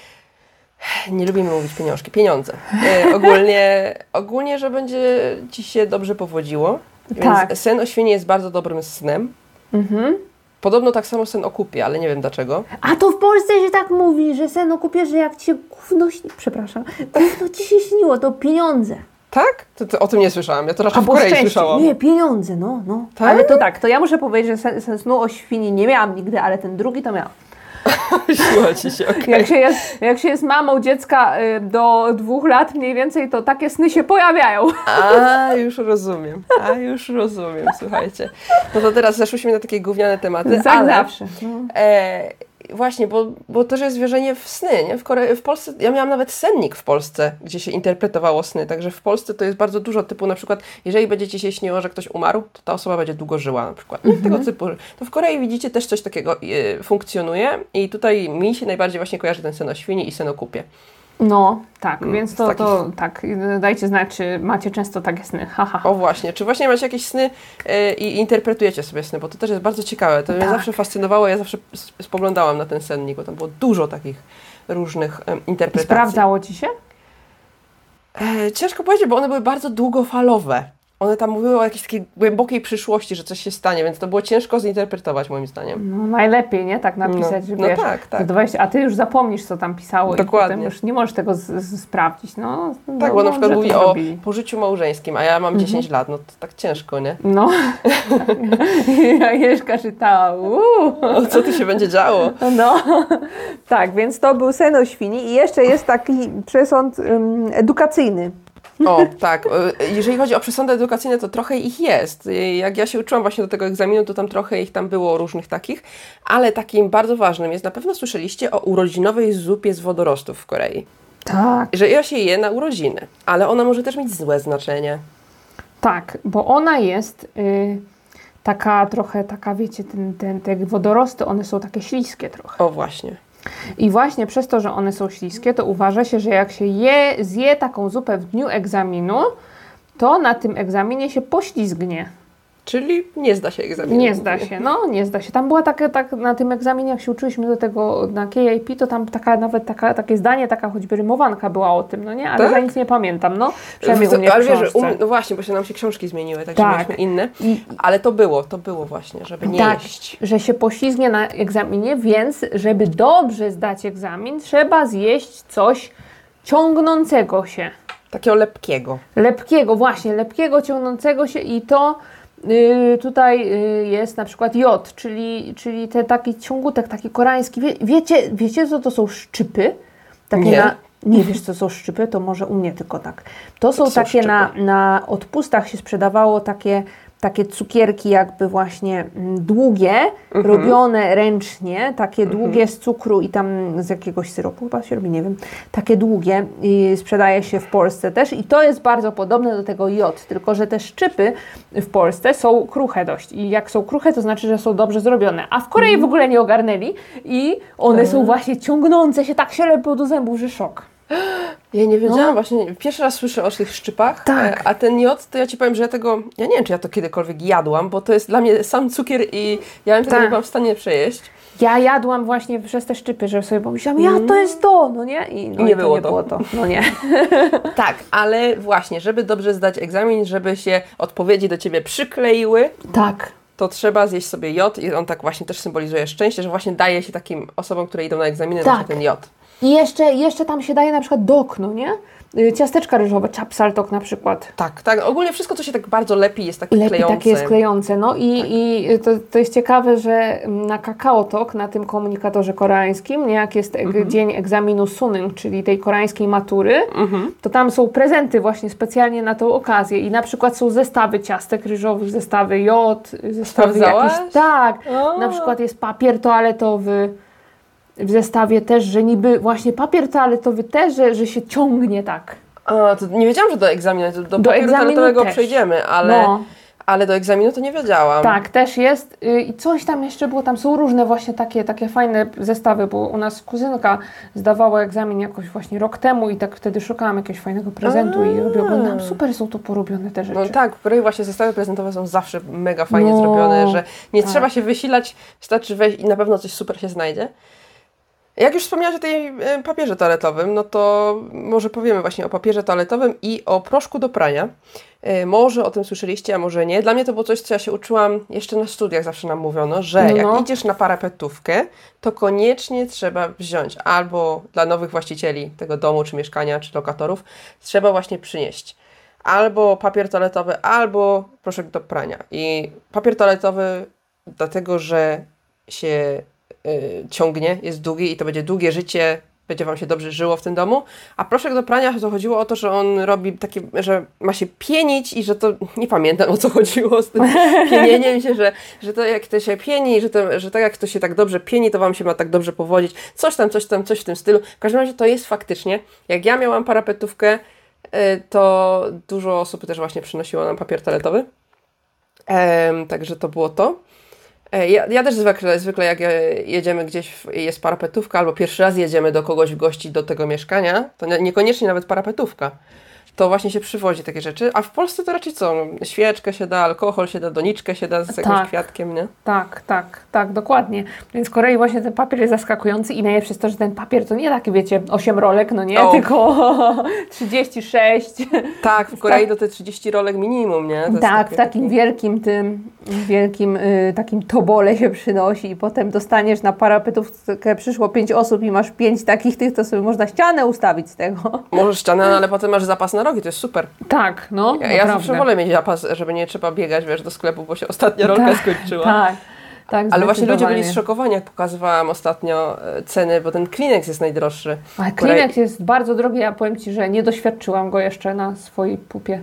Nie lubimy mówić pieniążki, pieniądze. E, ogólnie, ogólnie, że będzie Ci się dobrze powodziło. Więc Tak. sen o świnie jest bardzo dobrym snem. mhm. Podobno tak samo sen o kupie, ale nie wiem dlaczego. A to w Polsce się tak mówi, że sen o kupie, że jak ci się gówno śni... Przepraszam. Gówno ci się śniło, to pieniądze. Tak? To, to, o tym nie słyszałam. Ja to raczej w Albo Korei szczęście. słyszałam. Nie, pieniądze, no, no. Tak? Ale to tak, to ja muszę powiedzieć, że sen, sen snu o świni nie miałam nigdy, ale ten drugi to miałam. Siła ci się, okej. Jak się jest, jak się jest mamą dziecka y, do dwóch lat mniej więcej, to takie sny się pojawiają. A, już rozumiem. A, już rozumiem, słuchajcie. No to teraz zeszłyśmy na takie gówniane tematy, Tak ale... zawsze. No. E, właśnie, bo, bo też jest wierzenie w sny, nie? W, Kore- w Polsce, ja miałam nawet sennik w Polsce, gdzie się interpretowało sny, także w Polsce to jest bardzo dużo typu, na przykład, jeżeli będzie Ci się śniło, że ktoś umarł, to ta osoba będzie długo żyła, na przykład. Nie? Tego typu. To w Korei, widzicie, też coś takiego e, funkcjonuje i tutaj mi się najbardziej właśnie kojarzy ten sen o świni i sen o kupie. No, tak, Mm, więc z to, takich- to tak, dajcie znać, czy macie często takie sny. Ha, ha, ha. O właśnie, czy właśnie macie jakieś sny e, i interpretujecie sobie sny, bo to też jest bardzo ciekawe. To mnie Tak. zawsze fascynowało, ja zawsze s- spoglądałam na ten sennik, bo tam było dużo takich różnych e, I interpretacji. sprawdzało ci się? E, ciężko powiedzieć, bo one były bardzo długofalowe. One tam mówiły o jakiejś takiej głębokiej przyszłości, że coś się stanie, więc to było ciężko zinterpretować moim zdaniem. No najlepiej, nie? Tak napisać, No, że no wiesz, tak, tak. za dwadzieścia a ty już zapomnisz, co tam pisało Dokładnie. i potem już nie możesz tego z, z, sprawdzić. No, Tak, no, bo na przykład że mówi to o zrobili. pożyciu małżeńskim, a ja mam dziesięć lat, no to tak ciężko, nie? No, Agnieszka czytała, uuu. O co tu się będzie działo? No, Tak, więc to był sen o świni i jeszcze jest taki przesąd ym, edukacyjny. O, tak. E, Jeżeli chodzi o przesądy edukacyjne, to trochę ich jest. E, Jak ja się uczyłam właśnie do tego egzaminu, to tam trochę ich tam było różnych takich, ale takim bardzo ważnym jest, na pewno słyszeliście o urodzinowej zupie z wodorostów w Korei. tak, Że ja się je na urodziny, ale ona może też mieć złe znaczenie. tak, bo ona jest y, taka trochę, taka wiecie, ten, ten, te wodorosty, one są takie śliskie trochę. O, właśnie. I właśnie przez to, że one są śliskie, to uważa się, że jak się je, zje taką zupę w dniu egzaminu, to na tym egzaminie się poślizgnie. Czyli nie zda się egzaminu. Nie zda się, no nie zda się. Tam była takie, tak na tym egzaminie, jak się uczyliśmy do tego na K I P, to tam taka nawet taka, takie zdanie, taka choćby rymowanka była o tym, no nie? Ale Tak? za nic nie pamiętam, no. Przynajmniej u mnie w Ale wiesz, że książce. um, no właśnie, bo się nam się książki zmieniły, także Tak. mieliśmy inne. I- Ale to było, to było właśnie, żeby nie tak, jeść. że się poślizgnie na egzaminie, więc żeby dobrze zdać egzamin, trzeba zjeść coś ciągnącego się. Takiego lepkiego. Lepkiego, właśnie, lepkiego, ciągnącego się i to y, tutaj y, jest na przykład jod, czyli, czyli ten taki ciągutek, taki koreański. Wie, wiecie, wiecie, co to są szczypy? Takie Nie. Na, Nie wiesz, co są szczypy? To może u mnie tylko tak. To są To są takie na, szczypy. na odpustach się sprzedawało takie, takie cukierki jakby właśnie mm, długie, Mhm. robione ręcznie, takie długie z cukru i tam z jakiegoś syropu chyba się robi, nie wiem. Takie długie i sprzedaje się w Polsce też i to jest bardzo podobne do tego J, tylko że te szczypy w Polsce są kruche dość i jak są kruche, to znaczy, że są dobrze zrobione, a w Korei w ogóle nie ogarnęli i one są właśnie ciągnące się, tak się lepią do zębów, że szok. Ja nie wiedziałam No. właśnie, pierwszy raz słyszę o tych szczypach, Tak. e, a ten jod, to ja Ci powiem, że ja tego, ja nie wiem, czy ja to kiedykolwiek jadłam, bo to jest dla mnie sam cukier i ja bym tego Tak. nie byłam w stanie przejeść. Ja jadłam właśnie przez te szczypy, że sobie pomyślałam, ja to jest to, no nie? I, no I nie i to było nie to. było to. No nie. Tak, ale właśnie, żeby dobrze zdać egzamin, żeby się odpowiedzi do Ciebie przykleiły, Tak. to trzeba zjeść sobie jod i on tak właśnie też symbolizuje szczęście, że właśnie daje się takim osobom, które idą na egzaminy, Tak. właśnie ten jod. I jeszcze, jeszcze tam się daje na przykład dok, no nie? Y, Ciasteczka ryżowe, czapsaltok na przykład. Tak, tak, ogólnie wszystko, co się tak bardzo lepi, jest takie Lepiej klejące. takie jest klejące. No i, i to, to jest ciekawe, że na KakaoTalk, na tym komunikatorze koreańskim, nie, jak jest eg- dzień egzaminu Suning, czyli tej koreańskiej matury, to tam są prezenty właśnie specjalnie na tą okazję i na przykład są zestawy ciastek ryżowych, zestawy jod, zestawy Sprawdzałaś? jakieś... Tak, O. na przykład jest papier toaletowy, w zestawie też, że niby właśnie papier toaletowy też, że, że się ciągnie tak. A, to nie wiedziałam, że do egzaminu, do, do Do papieru egzaminu toaletowego też. przejdziemy, ale, No. ale do egzaminu to nie wiedziałam. Tak, też jest. Y, I coś tam jeszcze było, tam są różne właśnie takie, takie fajne zestawy, bo u nas kuzynka zdawała egzamin jakoś właśnie rok temu i tak wtedy szukałam jakiegoś fajnego prezentu i robię, oglądam, super są tu porobione te rzeczy. No tak, w Korei właśnie zestawy prezentowe są zawsze mega fajnie No, zrobione, że nie tak. trzeba się wysilać, wystarczy wejść i na pewno coś super się znajdzie. Jak już wspomniałaś o tej e, papierze toaletowym, no to może powiemy właśnie o papierze toaletowym i o proszku do prania. E, Może o tym słyszeliście, a może nie. Dla mnie to było coś, co ja się uczyłam jeszcze na studiach, zawsze nam mówiono, że No. jak idziesz na parapetówkę, to koniecznie trzeba wziąć albo dla nowych właścicieli tego domu, czy mieszkania, czy lokatorów, trzeba właśnie przynieść albo papier toaletowy, albo proszek do prania. I papier toaletowy dlatego, że się y, ciągnie, jest długi i to będzie długie życie, będzie Wam się dobrze żyło w tym domu. A proszek do prania to chodziło o to, że on robi takie, że ma się pienić i że to, nie pamiętam o co chodziło z tym pienieniem się, że, że to jak to się pieni, że, to, że tak jak to się tak dobrze pieni, to Wam się ma tak dobrze powodzić. Coś tam, coś tam, coś w tym stylu. W każdym razie to jest faktycznie. Jak ja miałam parapetówkę, y, to dużo osób też właśnie przynosiło nam papier toaletowy. Em, także to było to. E, Ja, ja też zwykle, zwykle jak e, jedziemy gdzieś, w- jest parapetówka, albo pierwszy raz jedziemy do kogoś w gości do tego mieszkania, to nie- niekoniecznie nawet parapetówka, to właśnie się przywozi takie rzeczy, a w Polsce to raczej co? No, świeczkę się da, alkohol się da, doniczkę się da z jakimś Tak. kwiatkiem, nie? Tak, tak, tak, dokładnie. Więc w Korei właśnie ten papier jest zaskakujący i najlepsze jest to, że ten papier to nie taki, wiecie, osiem rolek, no nie, O. tylko trzydzieści sześć. Tak, w Korei to te trzydzieści rolek minimum, nie? To jest Tak, takie- w takim takie- wielkim tym, wielkim y, takim tobole się przynosi i potem dostaniesz na parapetówkę, przyszło pięć osób i masz pięć takich tych, to sobie można ścianę ustawić z tego. Możesz ścianę, no, ale potem masz zapas na rogi, to jest super. Tak, no, Ja, ja zawsze wolę mieć zapas, żeby nie trzeba biegać, wiesz, do sklepu, bo się ostatnia rolka Tak, skończyła. Tak, tak, Ale właśnie ludzie byli zdecydowanie. zszokowani, jak pokazywałam ostatnio e, ceny, bo ten Kleenex jest najdroższy. Ale W Korei- Kleenex jest bardzo drogi, ja powiem Ci, że nie doświadczyłam go jeszcze na swojej pupie.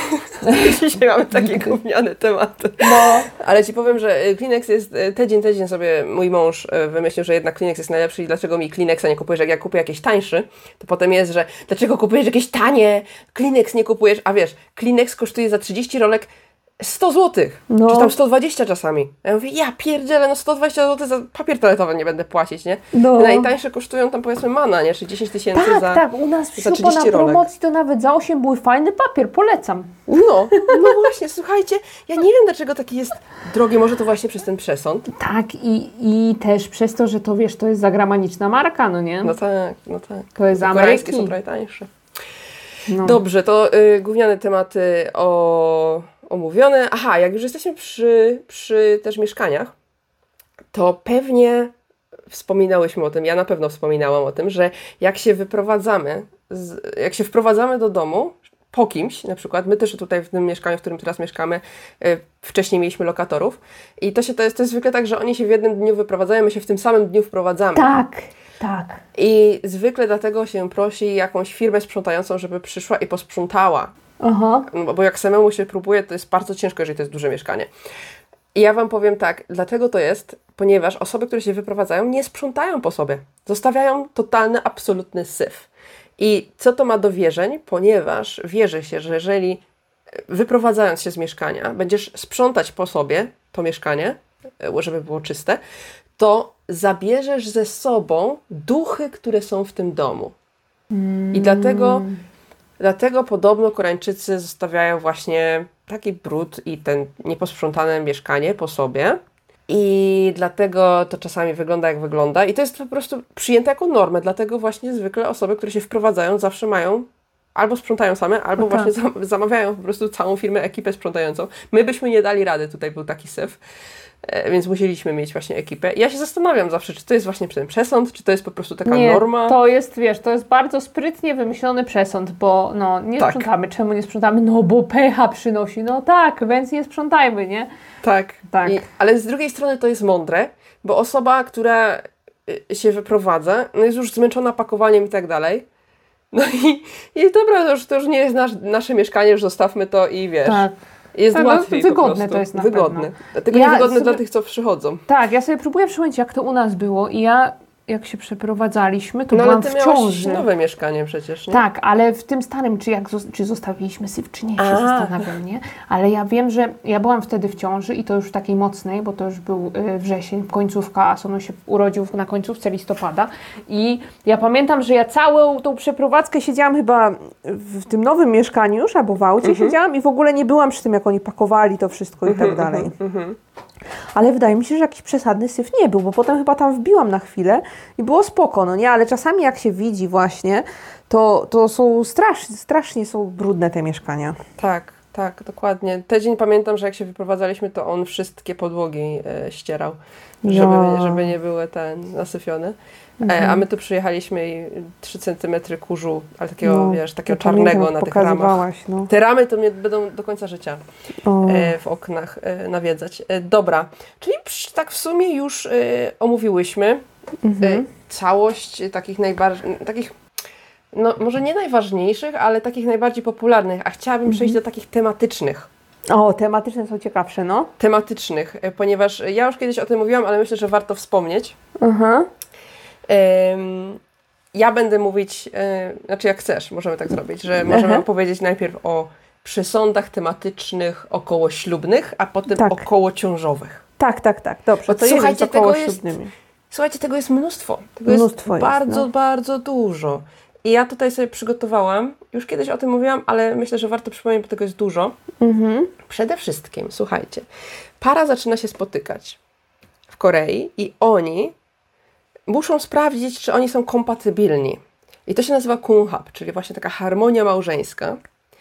Dzisiaj mamy takie gówniane tematy. No. Ale Ci powiem, że e, Kleenex jest, e, tydzień, tydzień sobie mój mąż e, wymyślił, że jednak Kleenex jest najlepszy i dlaczego mi Kleenexa nie kupujesz, jak ja kupię jakieś tańszy, to potem jest, że dlaczego kupujesz jakieś tanie, Kleenex nie kupujesz, a wiesz, Kleenex kosztuje za trzydzieści rolek sto złotych, No. czy tam sto dwadzieścia czasami. Ja mówię, ja pierdzielę, no sto dwadzieścia złotych za papier toaletowy nie będę płacić, nie? No. Najtańsze kosztują tam powiedzmy mana, nie? Czy dziesięć tysięcy Tak, za... tak, u nas w za Siupo na trzydzieści rolek. promocji to nawet za osiem był fajny papier, polecam. No, no właśnie, słuchajcie, ja nie wiem dlaczego taki jest drogi, może to właśnie przez ten przesąd. Tak i, i też przez to, że to wiesz, to jest zagraniczna marka, no nie? No tak, no tak. To jest z Koreańskie Ameryki. są trochę tańsze. No. Dobrze, to y, gówniane tematy o, omówione. Aha, jak już jesteśmy przy, przy też mieszkaniach, to pewnie wspominałyśmy o tym, ja na pewno wspominałam o tym, że jak się wyprowadzamy, z, jak się wprowadzamy do domu po kimś, na przykład, my też tutaj w tym mieszkaniu, w którym teraz mieszkamy, y, wcześniej mieliśmy lokatorów i to, się, to, jest, to jest zwykle tak, że oni się w jednym dniu wyprowadzają, my się w tym samym dniu wprowadzamy. Tak, Tak. I zwykle dlatego się prosi jakąś firmę sprzątającą, żeby przyszła i posprzątała. Aha. No, bo jak samemu się próbuje, to jest bardzo ciężko, jeżeli to jest duże mieszkanie. I ja Wam powiem tak, dlaczego to jest? Ponieważ osoby, które się wyprowadzają, nie sprzątają po sobie. Zostawiają totalny, absolutny syf. I co to ma do wierzeń? Ponieważ wierzy się, że jeżeli wyprowadzając się z mieszkania, będziesz sprzątać po sobie to mieszkanie, żeby było czyste, to zabierzesz ze sobą duchy, które są w tym domu. Mm. I dlatego, dlatego podobno Koreańczycy zostawiają właśnie taki brud i ten nieposprzątane mieszkanie po sobie. I dlatego to czasami wygląda jak wygląda. I to jest po prostu przyjęte jako normę. Dlatego właśnie zwykle osoby, które się wprowadzają, zawsze mają albo sprzątają same, albo no właśnie tak. zamawiają po prostu całą firmę, ekipę sprzątającą. My byśmy nie dali rady, tutaj był taki syf, więc musieliśmy mieć właśnie ekipę. I ja się zastanawiam zawsze, czy to jest właśnie ten przesąd, czy to jest po prostu taka nie, norma. To jest, wiesz, to jest bardzo sprytnie wymyślony przesąd, bo no nie tak. sprzątamy. Czemu nie sprzątamy? No bo pecha przynosi. No tak, więc nie sprzątajmy, nie? Tak, tak. I, ale z drugiej strony to jest mądre, bo osoba, która się wyprowadza, no jest już zmęczona pakowaniem i tak dalej. No i, i dobra, to już, to już nie jest nasz, nasze mieszkanie, już zostawmy to i wiesz. Tak. Jest tak, łatwiej no, wygodne po prostu. To jest na wygodne. pewno. Dlatego ja niewygodne sobie, dla tych, co przychodzą. Tak, ja sobie próbuję przypomnieć, jak to u nas było i ja, jak się przeprowadzaliśmy, to no, byłam ale ty w ciąży. miałaś nowe mieszkanie przecież, nie? Tak, ale w tym starym, czy, jak, czy zostawiliśmy syf, czy nie, się A. zastanawiam, nie? Ale ja wiem, że ja byłam wtedy w ciąży i to już takiej mocnej, bo to już był y, wrzesień, końcówka, a Sonu się urodził na końcówce listopada i ja pamiętam, że ja całą tą przeprowadzkę siedziałam chyba w tym nowym mieszkaniu już, albo w aucie mhm. siedziałam i w ogóle nie byłam przy tym, jak oni pakowali to wszystko i tak dalej. Mhm. Ale wydaje mi się, że jakiś przesadny syf nie był, bo potem chyba tam wbiłam na chwilę i było spoko, no nie? Ale czasami jak się widzi właśnie, to, to są strasznie, strasznie są brudne te mieszkania. Tak, tak, dokładnie. Tydzień pamiętam, że jak się wyprowadzaliśmy, to on wszystkie podłogi e, ścierał, żeby, no. żeby nie były te nasyfione. Mhm. E, a my tu przyjechaliśmy i trzy centymetry kurzu, ale takiego, no, wiesz, takiego czarnego pamiętam, na tych ramach. No. Te ramy to mnie będą do końca życia e, w oknach e, nawiedzać. E, dobra, czyli psz, tak w sumie już e, omówiłyśmy mhm. e, całość takich najbardziej, takich, no może nie najważniejszych, ale takich najbardziej popularnych, a chciałabym mhm. przejść do takich tematycznych. O, tematyczne są ciekawsze, no. Tematycznych, e, ponieważ ja już kiedyś o tym mówiłam, ale myślę, że warto wspomnieć. Mhm. Ja będę mówić, znaczy jak chcesz, możemy tak zrobić, że możemy Aha. opowiedzieć najpierw o przesądach tematycznych okołoślubnych, a potem tak. okołociążowych. Tak, tak, tak, dobrze. Bo to słuchajcie, tego jest, słuchajcie, tego jest mnóstwo. Tego mnóstwo jest, jest bardzo, no. bardzo dużo. I ja tutaj sobie przygotowałam, już kiedyś o tym mówiłam, ale myślę, że warto przypomnieć, bo tego jest dużo. Mhm. Przede wszystkim, słuchajcie, para zaczyna się spotykać w Korei i oni muszą sprawdzić, czy oni są kompatybilni. I to się nazywa kunhap, czyli właśnie taka harmonia małżeńska.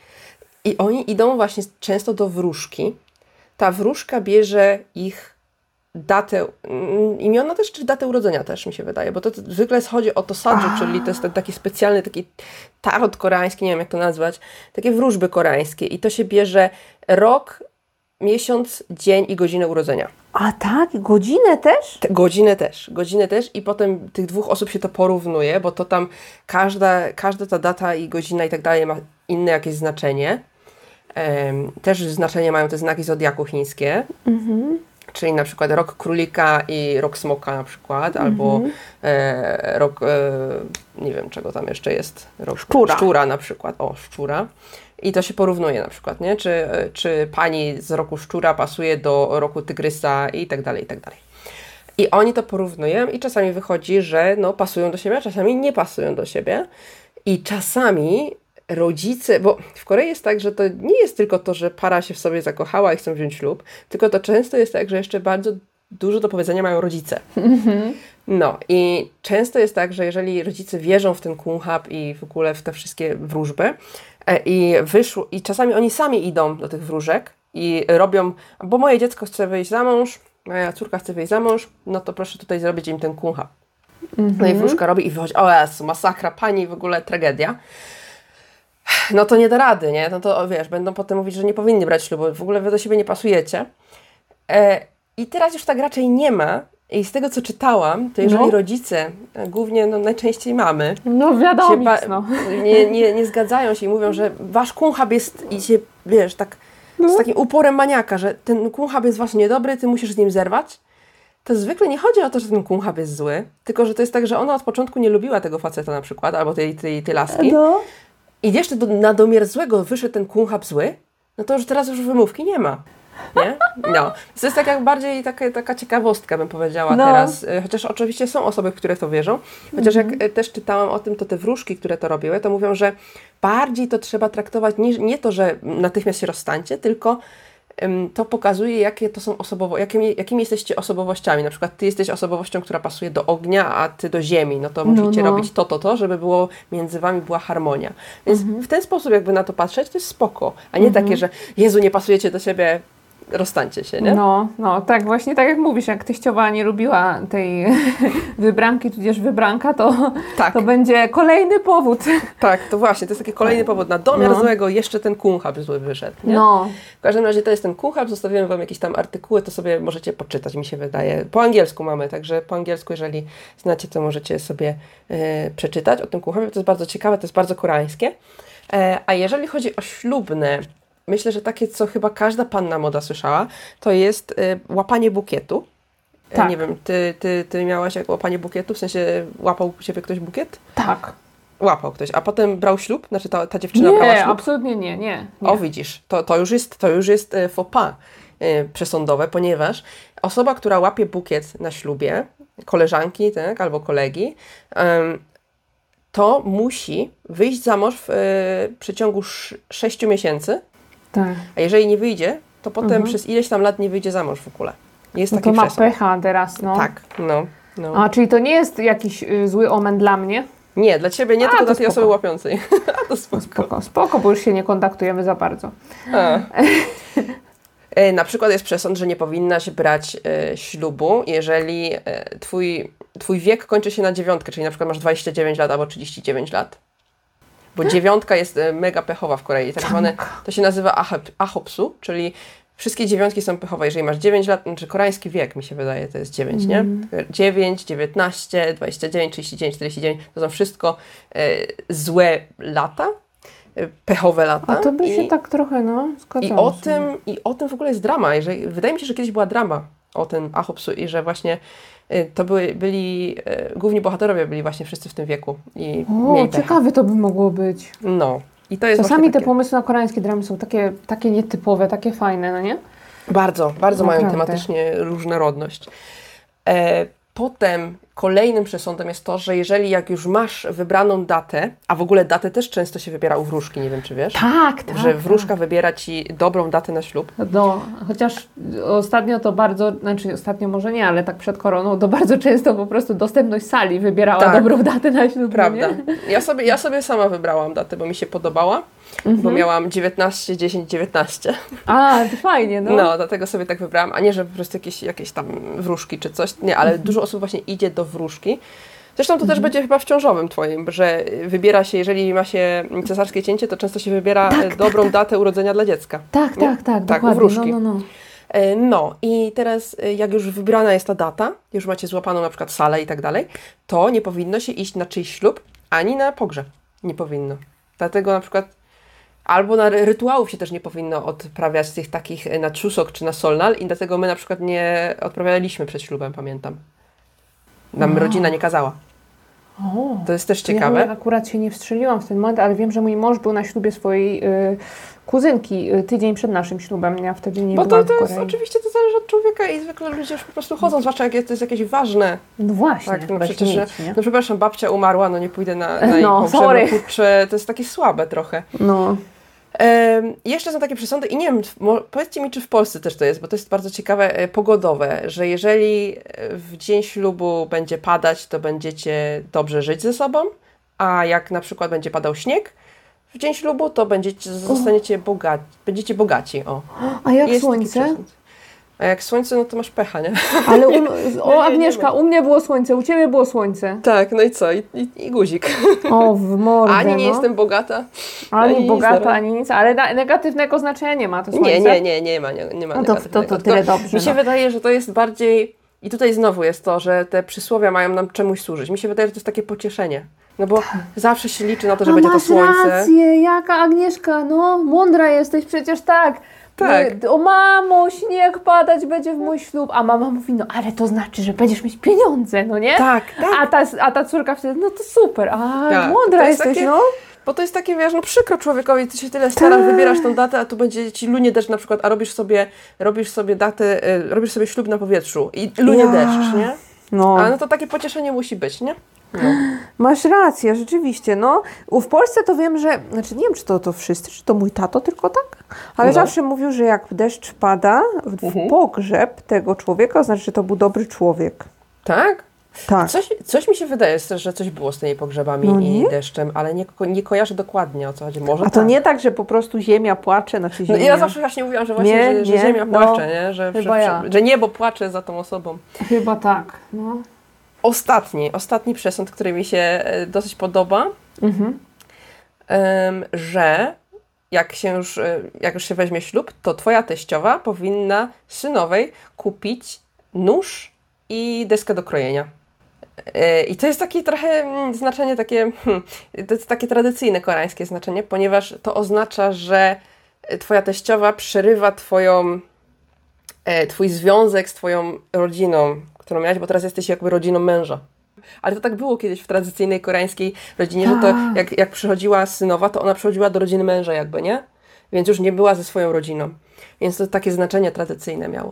I oni idą właśnie często do wróżki. Ta wróżka bierze ich datę, imiona też, czy datę urodzenia też mi się wydaje, bo to, to zwykle chodzi o tosadżu, czyli to jest ten taki specjalny taki tarot koreański, nie wiem jak to nazwać, takie wróżby koreańskie i to się bierze rok, miesiąc, dzień i godzinę urodzenia. A tak? Godzinę też? Te, godzinę też. Godzinę też i potem tych dwóch osób się to porównuje, bo to tam każda, każda ta data i godzina i tak dalej ma inne jakieś znaczenie. Um, też znaczenie mają te znaki zodiaku chińskie. Mhm. Czyli na przykład rok królika i rok smoka na przykład, mm-hmm. albo e, rok, e, nie wiem czego tam jeszcze jest, rok szczura. szczura na przykład, o szczura. I to się porównuje na przykład, nie? Czy, czy pani z roku szczura pasuje do roku tygrysa i tak dalej, i tak dalej. I oni to porównują i czasami wychodzi, że no, pasują do siebie, a czasami nie pasują do siebie. I czasami rodzice, bo w Korei jest tak, że to nie jest tylko to, że para się w sobie zakochała i chcą wziąć ślub, tylko to często jest tak, że jeszcze bardzo dużo do powiedzenia mają rodzice. Mm-hmm. No i często jest tak, że jeżeli rodzice wierzą w ten kunhap i w ogóle w te wszystkie wróżby i wyszło, i czasami oni sami idą do tych wróżek i robią, bo moje dziecko chce wyjść za mąż, moja córka chce wyjść za mąż, no to proszę tutaj zrobić im ten kunhap. Mm-hmm. No i wróżka robi i wychodzi, o Jezu, masakra, pani, w ogóle tragedia. No to nie da rady, nie? No to wiesz, będą potem mówić, że nie powinni brać ślubu, w ogóle wy do siebie nie pasujecie. E, I teraz już tak raczej nie ma I z tego, co czytałam, to jeżeli No. rodzice, głównie no, najczęściej mamy, No wiadomo, się ba- no. nie, nie, nie zgadzają się i mówią, że wasz kunchab jest i się, wiesz, tak No. z takim uporem maniaka, że ten kunchab jest właśnie niedobry, ty musisz z nim zerwać, to zwykle nie chodzi o to, że ten kunchab jest zły, tylko że to jest tak, że ona od początku nie lubiła tego faceta na przykład, albo tej, tej, tej laski. No. I jeszcze do, na domiar złego wyszedł ten kunchab zły, no to już teraz już wymówki nie ma. Nie? No. To jest tak jak bardziej taka, taka ciekawostka, bym powiedziała No. teraz. Y, Chociaż oczywiście są osoby, które w to wierzą. Chociaż jak y, też czytałam o tym, to te wróżki, które to robiły, to mówią, że bardziej to trzeba traktować niż, nie to, że natychmiast się rozstańcie, tylko ym, to pokazuje, jakie to są osobowo, jakimi, jakimi jesteście osobowościami. Na przykład ty jesteś osobowością, która pasuje do ognia, a ty do ziemi. No to No, musicie no. robić to, to, to, żeby było między wami była harmonia. Więc w ten sposób jakby na to patrzeć, to jest spoko. A nie takie, że Jezu, nie pasujecie do siebie, rozstańcie się, nie? No, no, tak właśnie, tak jak mówisz, jak teściowa nie lubiła tej wybranki, tudzież wybranka, to, Tak. to będzie kolejny powód. Tak, to właśnie, to jest taki kolejny powód na domiar No. złego, jeszcze ten kunchab zły wyszedł, nie? No, W każdym razie to jest ten kunchab, zostawiłem wam jakieś tam artykuły, to sobie możecie poczytać, mi się wydaje. Po angielsku mamy, także po angielsku, jeżeli znacie, to możecie sobie e, przeczytać o tym kunchabie, to jest bardzo ciekawe, to jest bardzo koreańskie. E, a jeżeli chodzi o ślubne, myślę, że takie, co chyba każda panna moda słyszała, to jest e, łapanie bukietu. E, Tak. Nie wiem, ty, ty, ty miałaś jak łapanie bukietu, w sensie łapał u ciebie ktoś bukiet? tak. Łapał ktoś, a potem brał ślub? Znaczy ta, ta dziewczyna brała Nie, ślub? absolutnie nie, nie. nie. O, widzisz, to, to już jest, to już jest e, faux pas e, przesądowe, ponieważ osoba, która łapie bukiet na ślubie, koleżanki, tak, albo kolegi, em, to musi wyjść za mąż w e, przeciągu sz- sześciu miesięcy, Tak. a jeżeli nie wyjdzie, to potem Mhm. przez ileś tam lat nie wyjdzie za mąż w ogóle. Jest No taki to ma przesąd. pecha teraz, no. Tak, no. no. A, czyli to nie jest jakiś y, zły omen dla mnie? Nie, dla ciebie nie, A, tylko to dla tej spoko. osoby łapiącej. To spoko. Spoko, spoko, bo już się nie kontaktujemy za bardzo. A. E, Na przykład jest przesąd, że nie powinnaś brać e, ślubu, jeżeli e, twój, twój wiek kończy się na dziewiątkę, czyli na przykład masz dwadzieścia dziewięć lat albo trzydzieści dziewięć lat. Bo dziewiątka jest e, mega pechowa w Korei. Tak zwane, to się nazywa ahop- ahopsu, czyli wszystkie dziewiątki są pechowe. Jeżeli masz dziewięć lat, znaczy koreański wiek mi się wydaje, to jest dziewięć, nie? dziewięć, dziewiętnaście, dwadzieścia dziewięć, trzydzieści dziewięć, czterdzieści dziewięć, to są wszystko e, złe lata, e, pechowe lata. A to by się I- tak trochę, no, i zgadzało o, się. tym, I o tym w ogóle jest drama. Jeżeli, wydaje mi się, że kiedyś była drama o tym Ahopsu i że właśnie y, to były, byli, y, główni bohaterowie byli właśnie wszyscy w tym wieku. I O, mieli pecha. ciekawe to by mogło być. No. I to jest Czasami właśnie te takie, pomysły na koreańskie dramy są takie, takie nietypowe, takie fajne, no nie? bardzo, bardzo mają Naprawdę. tematycznie różnorodność. E, potem kolejnym przesądem jest to, że jeżeli jak już masz wybraną datę, a w ogóle datę też często się wybiera u wróżki, nie wiem czy wiesz, Tak, tak. że wróżka wybiera ci dobrą datę na ślub. No, chociaż ostatnio to bardzo, znaczy ostatnio może nie, ale tak przed koroną, to bardzo często po prostu dostępność sali wybierała Tak. dobrą datę na ślub. Prawda. Nie? Ja sobie, ja sobie sama wybrałam datę, bo mi się podobała, bo miałam dziewiętnaście, dziesięć, dziewiętnaście. A, to fajnie, no. No. dlatego sobie tak wybrałam, a nie, że po prostu jakieś, jakieś tam wróżki czy coś. Nie, ale dużo osób właśnie idzie do wróżki. Zresztą to też będzie chyba w ciążowym twoim, że wybiera się, jeżeli ma się cesarskie cięcie, to często się wybiera e, dobrą datę urodzenia dla dziecka. Tak, Nie? tak, tak, Tak, u dokładnie. wróżki. No, no, no. E, No i teraz e, jak już wybrana jest ta data, już macie złapaną na przykład salę i tak dalej, to nie powinno się iść na czyjś ślub, ani na pogrzeb. Nie powinno. Dlatego na przykład albo na ry- rytuałów się też nie powinno odprawiać tych takich e, na czusok czy na solnal i dlatego my na przykład nie odprawialiśmy przed ślubem, pamiętam. Nam rodzina nie kazała. O, To jest też to Ja ciekawe. akurat się nie wstrzeliłam w ten moment, ale wiem, że mój mąż był na ślubie swojej y, kuzynki y, tydzień przed naszym ślubem. Ja wtedy nie Bo to, byłam w to jest Korei. oczywiście to zależy od człowieka i zwykle ludzie już po prostu chodzą, zwłaszcza jak jest, to jest jakieś ważne. No właśnie, Tak, no weź przecież, nic, że- nie? no przepraszam, babcia umarła, no nie pójdę na, na jej No, pogrzeb, sorry. no kurczę, to jest takie słabe trochę. No. Em, jeszcze są takie przesądy i nie wiem, mo- powiedzcie mi, czy w Polsce też to jest, bo to jest bardzo ciekawe, e, pogodowe, że jeżeli e, w dzień ślubu będzie padać, to będziecie dobrze żyć ze sobą, a jak na przykład będzie padał śnieg w dzień ślubu, to będziecie, zostaniecie bogaci, będziecie bogaci, o. A jak Jest taki słońce? przesąd. A jak słońce, no to masz pecha, nie? Ale u, o, nie Agnieszka, ma. u mnie było słońce, u ciebie było słońce. Tak, no i co? I, i, i guzik. O, w mordę, Ani nie no. jestem bogata. Ani ani nic, bogata, zaraz. ani nic, ale na, negatywnego znaczenia ma to słońce. Nie, nie, nie, nie ma, nie, nie ma No to- negatywnego. to- to Tylko tyle dobrze, Mi się no. wydaje, że to jest bardziej, I tutaj znowu jest to, że te przysłowia mają nam czemuś służyć. Mi się wydaje, że to jest takie pocieszenie. No bo zawsze się liczy na to, że A będzie to masz słońce. rację, jaka Agnieszka, no mądra jesteś, przecież tak. Tak. My, o mamo, śnieg padać będzie w mój ślub. A mama mówi, no ale to znaczy, że będziesz mieć pieniądze, no nie? Tak, tak. A ta, a ta córka wtedy, no to super, a Tak, mądra to jest jesteś, takie- no. Bo to jest takie, wiesz, no przykro człowiekowi, ty się tyle starasz, wybierasz tą datę, a tu będzie ci lunie deszcz na przykład, a robisz sobie, robisz sobie datę, y, robisz sobie ślub na powietrzu i lunie Ja. deszcz, nie? No. Ale no to takie pocieszenie musi być, nie? No. Masz rację, rzeczywiście, no. U- W Polsce to wiem, że, znaczy nie wiem, czy to, to wszyscy, czy to mój tato tylko tak, ale No. zawsze mówił, że jak deszcz pada w, Mhm. w pogrzeb tego człowieka, znaczy, że to był dobry człowiek. Tak? Tak. Coś, coś mi się wydaje, że coś było z tymi pogrzebami No i nie? deszczem, ale nie, ko- nie kojarzę dokładnie, o co chodzi. Może A to tak. nie tak, że po prostu ziemia płacze, znaczy No, ziemia. ja zawsze właśnie mówiłam, że właśnie, Nie, że, że nie, ziemia no. płacze, nie? Że, Chyba że, ja. że niebo płacze za tą osobą. Chyba tak, no. Ostatni, ostatni przesąd, który mi się e, dosyć podoba, Mhm. em, że jak się już, e, jak już się weźmie ślub, to twoja teściowa powinna synowej kupić nóż i deskę do krojenia. E, I to jest takie trochę mm, znaczenie takie, hmm, to jest takie tradycyjne koreańskie znaczenie, ponieważ to oznacza, że twoja teściowa przerywa twoją, e, twój związek z twoją rodziną, którą miałaś, bo teraz jesteś jakby rodziną męża. Ale to tak było kiedyś w tradycyjnej koreańskiej rodzinie, że to Tak. jak, jak przychodziła synowa, to ona przychodziła do rodziny męża jakby, nie? Więc już nie była ze swoją rodziną. Więc to takie znaczenie tradycyjne miało.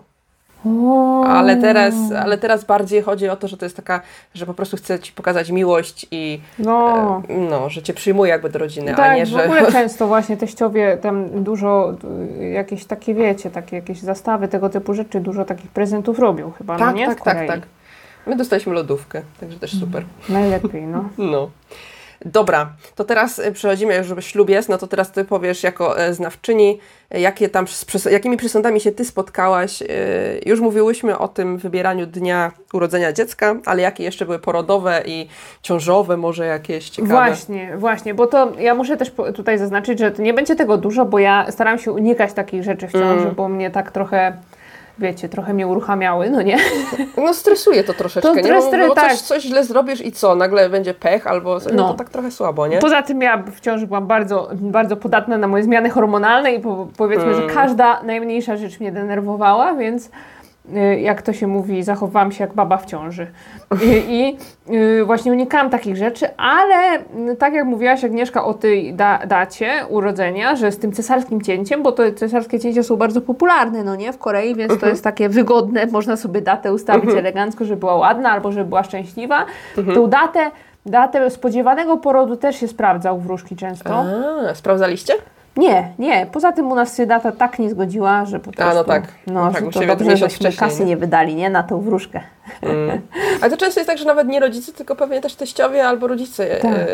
O. Ale teraz, ale teraz bardziej chodzi o to, że to jest taka, że po prostu chce ci pokazać miłość i No. e, no, że cię przyjmuje jakby do rodziny, Tak, a nie, w że... ogóle często właśnie teściowie tam dużo, y, jakieś takie wiecie, takie jakieś zastawy, tego typu rzeczy, dużo takich prezentów robią chyba, no Tak, nie? tak, W tak, Korei. tak. My dostaliśmy lodówkę, także też super. Najlepiej, no. No. Dobra, to teraz e, przechodzimy, już żeby ślub jest, no to teraz ty powiesz jako e, znawczyni, e, jakie tam, z przes- jakimi przesądami się ty spotkałaś. E, już mówiłyśmy o tym wybieraniu dnia urodzenia dziecka, ale jakie jeszcze były porodowe i ciążowe, może jakieś ciekawe? Właśnie, właśnie, bo to ja muszę też po- tutaj zaznaczyć, że to nie będzie tego dużo, bo ja staram się unikać takich rzeczy w ciąży, Mm. bo mnie tak trochę, wiecie, trochę mnie uruchamiały, no nie? No stresuje to troszeczkę, To nie? stresuje, Bo coś, tak. coś źle zrobisz i co? Nagle będzie pech albo coś, no. No. to tak trochę słabo, nie? Poza tym ja w ciąży byłam bardzo, bardzo podatna na moje zmiany hormonalne i po, powiedzmy, Mm. że każda najmniejsza rzecz mnie denerwowała, więc y, jak to się mówi, zachowałam się jak baba w ciąży. I, i y, właśnie unikałam takich rzeczy, ale y, tak jak mówiłaś Agnieszka o tej da, dacie urodzenia, że z tym cesarskim cięciem, bo to cesarskie cięcia są bardzo popularne, no nie, w Korei, więc to jest takie wygodne, można sobie datę ustawić elegancko, żeby była ładna albo żeby była szczęśliwa. Tą datę Datę spodziewanego porodu też się sprawdza u wróżki często. A, sprawdzaliście? Nie, nie. Poza tym u nas się data tak nie zgodziła, że po prostu... no tak. No, No tak, że to musimy dobrze, miesiąc żeśmy wcześniej, kasy nie? nie wydali, nie? Na tą wróżkę. Mm. Ale to często jest tak, że nawet nie rodzice, tylko pewnie też teściowie albo rodzice Tak. e,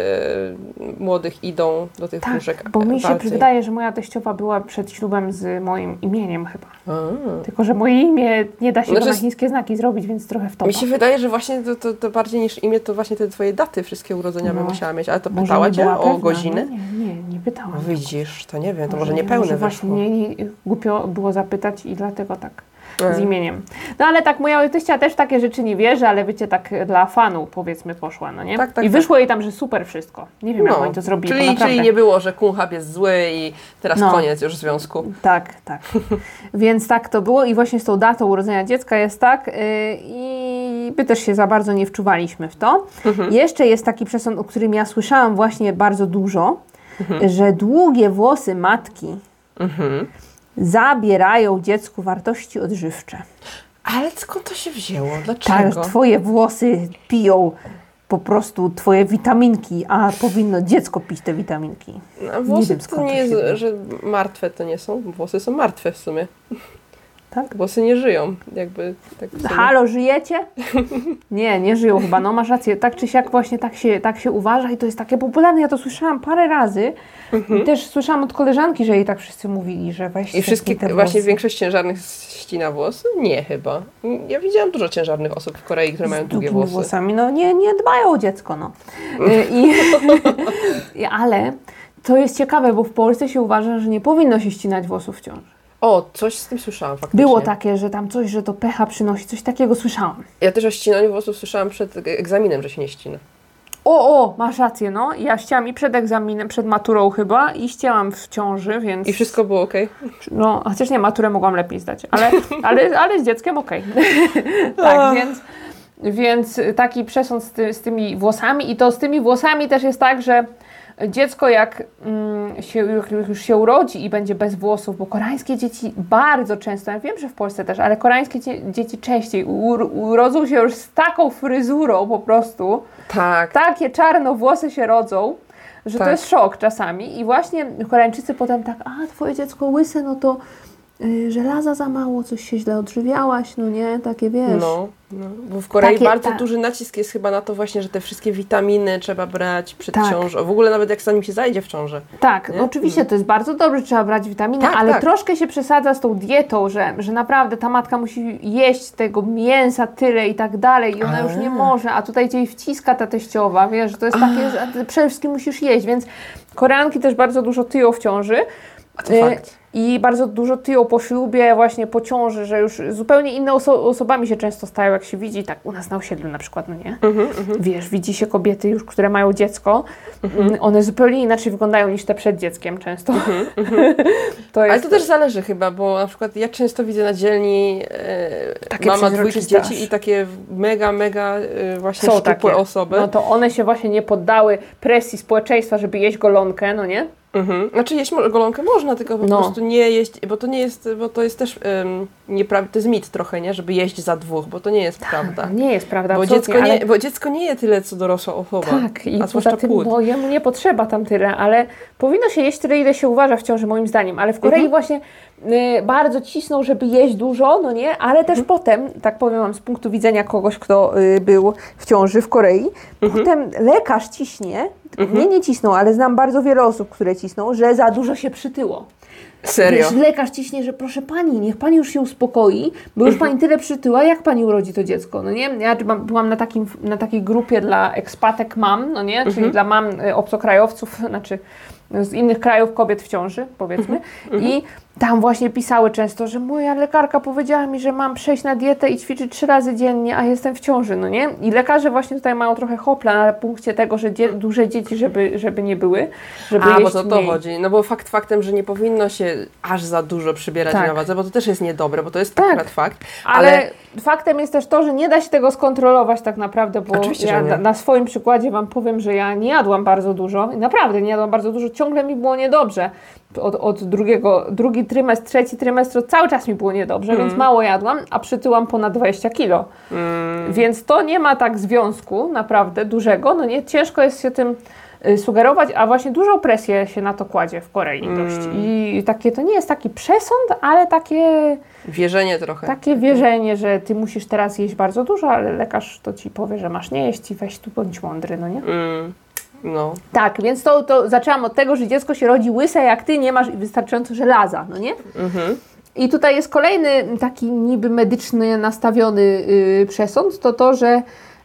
młodych idą do tych Tak, wróżek bo mi się bardziej. wydaje, że moja teściowa była przed ślubem z moim imieniem chyba. A. Tylko, że moje imię nie da się Znaczy go na z- chińskie znaki zrobić, więc trochę w to. Mi się wydaje, że właśnie to, to, to bardziej niż imię, to właśnie te twoje daty wszystkie urodzenia by No. musiała mieć. Ale to Może pytała nie cię była o pewna, godziny? No, nie, nie, nie pytałam. No widzisz, to nie wiem, to może nie, niepełne może wyszło. właśnie nie, nie, głupio było zapytać i dlatego tak. E. Z imieniem. No ale tak, moja teścia też w takie rzeczy nie wierzy, ale wiecie, tak dla fanu powiedzmy poszła, no nie? Tak, tak, I tak. wyszło jej tam, że super wszystko. Nie wiem, jak oni to zrobili, bo czyli, naprawdę... czyli nie było, że Kunhab jest zły i teraz No. koniec już związku. Tak, tak. Więc tak to było i właśnie z tą datą urodzenia dziecka jest tak yy, i my też się za bardzo nie wczuwaliśmy w to. Mhm. Jeszcze jest taki przesąd, o którym ja słyszałam właśnie bardzo dużo, Mhm. że długie włosy matki Mhm. zabierają dziecku wartości odżywcze. Ale skąd to się wzięło? Tak, Dlaczego? twoje włosy piją po prostu twoje witaminki, a powinno dziecko pić te witaminki. A włosy wiem, to skąd nie to jest, się bierze. że martwe to nie są. Włosy są martwe w sumie. Tak? Włosy nie żyją. Jakby tak w sumie. Halo, żyjecie? Nie, nie żyją chyba, no masz rację. Tak czy siak właśnie tak się, tak się uważa i to jest takie popularne. Ja to słyszałam parę razy i też słyszałam od koleżanki, że jej tak wszyscy mówili, że weź I wszystkie, te właśnie włosy. większość ciężarnych ścina włosy? Nie chyba. Ja widziałam dużo ciężarnych osób w Korei, które mają z długie długimi włosy. włosami, no nie, nie dbają o dziecko, no. I, i, ale to jest ciekawe, bo w Polsce się uważa, że nie powinno się ścinać włosów w ciąży. O, coś z tym słyszałam faktycznie. Było takie, że tam coś, że to pH przynosi, coś takiego słyszałam. Ja też o ścinaniu włosów słyszałam przed egzaminem, że się nie ścina. O, o, masz rację, no. Ja ścięłam i przed egzaminem, przed maturą chyba i ścięłam w ciąży, więc... I wszystko było okej? No, chociaż nie, maturę mogłam lepiej zdać, ale, ale, ale z dzieckiem okej. Tak, więc, więc taki przesąd z, ty, z tymi włosami i to z tymi włosami też jest tak, że dziecko jak mm, się, już się urodzi i będzie bez włosów, bo koreańskie dzieci bardzo często, ja wiem, że w Polsce też, ale koreańskie dzie, dzieci częściej ur, urodzą się już z taką fryzurą po prostu, Tak. takie czarnowłosy się rodzą, że Tak. to jest szok czasami i właśnie Koreańczycy potem tak, a twoje dziecko łyse, no to y, żelaza za mało, coś się źle odżywiałaś, no nie, takie wiesz. No, no. Bo w Korei Takie, bardzo tak. duży nacisk jest chyba na to właśnie, że te wszystkie witaminy trzeba brać przed Tak. ciążą. W ogóle nawet jak zanim się zajdzie w ciążę. Tak, Nie? no oczywiście to jest bardzo dobrze, trzeba brać witaminy, Tak, ale tak. troszkę się przesadza z tą dietą, że, że naprawdę ta matka musi jeść tego mięsa tyle i tak dalej i ona A. już nie może, a tutaj cię jej wciska ta teściowa, wiesz, że to jest takie, że ty przede wszystkim musisz jeść, więc Koreanki też bardzo dużo tyją w ciąży. A to Y, fakt. I bardzo dużo tyją po ślubie, właśnie po ciąży, że już zupełnie inne oso- osobami się często stają, jak się widzi, tak u nas na osiedlu na przykład, no nie? Mhm, mhm. Wiesz, widzi się kobiety już, które mają dziecko, Mhm. one zupełnie inaczej wyglądają niż te przed dzieckiem często. To Ale jest, to też zależy chyba, bo na przykład ja często widzę na dzielni e, Takie mama dwójki przezroczyste dzieci aż. i takie mega, mega e, właśnie są szczupłe takie osoby. No to one się właśnie nie poddały presji społeczeństwa, żeby jeść golonkę, no nie? Mhm. Znaczy jeść mo- golonkę można, tylko po No. prostu nie jeść, bo to nie jest, bo to jest też um, nieprawda, to jest mit trochę, nie? Żeby jeść za dwóch, bo to nie jest prawda. To nie jest prawda, Bo absolutnie, dziecko, nie, ale- bo dziecko nie je tyle, co dorosła osoba. Tak, i a zwłaszcza poza tym, płód. no jemu nie potrzeba tam tyle, ale powinno się jeść tyle, ile się uważa w ciąży, moim zdaniem. Ale w Korei Mhm. właśnie y, bardzo cisną, żeby jeść dużo, no nie? Ale też potem, tak powiem wam z punktu widzenia kogoś, kto y, był w ciąży w Korei, potem lekarz ciśnie, mnie nie cisną, ale znam bardzo wiele osób, które cisną, że za dużo się przytyło. Serio? Wiesz, lekarz ciśnie, że proszę pani, niech pani już się uspokoi, bo już pani tyle przytyła, jak pani urodzi to dziecko, no nie? Ja byłam, byłam na, takim, na takiej grupie dla ekspatek mam, no nie? Czyli dla mam y, obcokrajowców, znaczy z innych krajów kobiet w ciąży, powiedzmy. I tam właśnie pisały często, że moja lekarka powiedziała mi, że mam przejść na dietę i ćwiczyć trzy razy dziennie, a jestem w ciąży, no nie? I lekarze właśnie tutaj mają trochę hopla na punkcie tego, że dzie- duże dzieci, żeby, żeby nie były, żeby A, bo jeść to to mniej. chodzi. No bo fakt faktem, że nie powinno się aż za dużo przybierać Tak. na wadze, bo to też jest niedobre, bo to jest Tak. akurat fakt. Ale, Ale, faktem jest też to, że nie da się tego skontrolować tak naprawdę, bo Oczywiście, ja że nie. na, na swoim przykładzie wam powiem, że ja nie jadłam bardzo dużo. I naprawdę nie jadłam bardzo dużo, ciągle mi było niedobrze. Od, od drugiego, drugi trymestr, trzeci trymestr, cały czas mi było niedobrze, Mm. więc mało jadłam, a przytyłam ponad dwadzieścia kilo. mm, Więc to nie ma tak związku naprawdę dużego, no nie, ciężko jest się tym y, sugerować, a właśnie dużą presję się na to kładzie w Korei dość. I takie to nie jest taki przesąd, ale takie, wierzenie trochę. takie wierzenie, że ty musisz teraz jeść bardzo dużo, ale lekarz to ci powie, że masz nie jeść i weź tu bądź mądry, no nie? Mm, no. Tak, więc to, to zaczęłam od tego, że dziecko się rodzi łyse, jak ty nie masz wystarczająco żelaza, no nie? Mhm. I tutaj jest kolejny taki niby medyczny nastawiony y, przesąd, to to, że,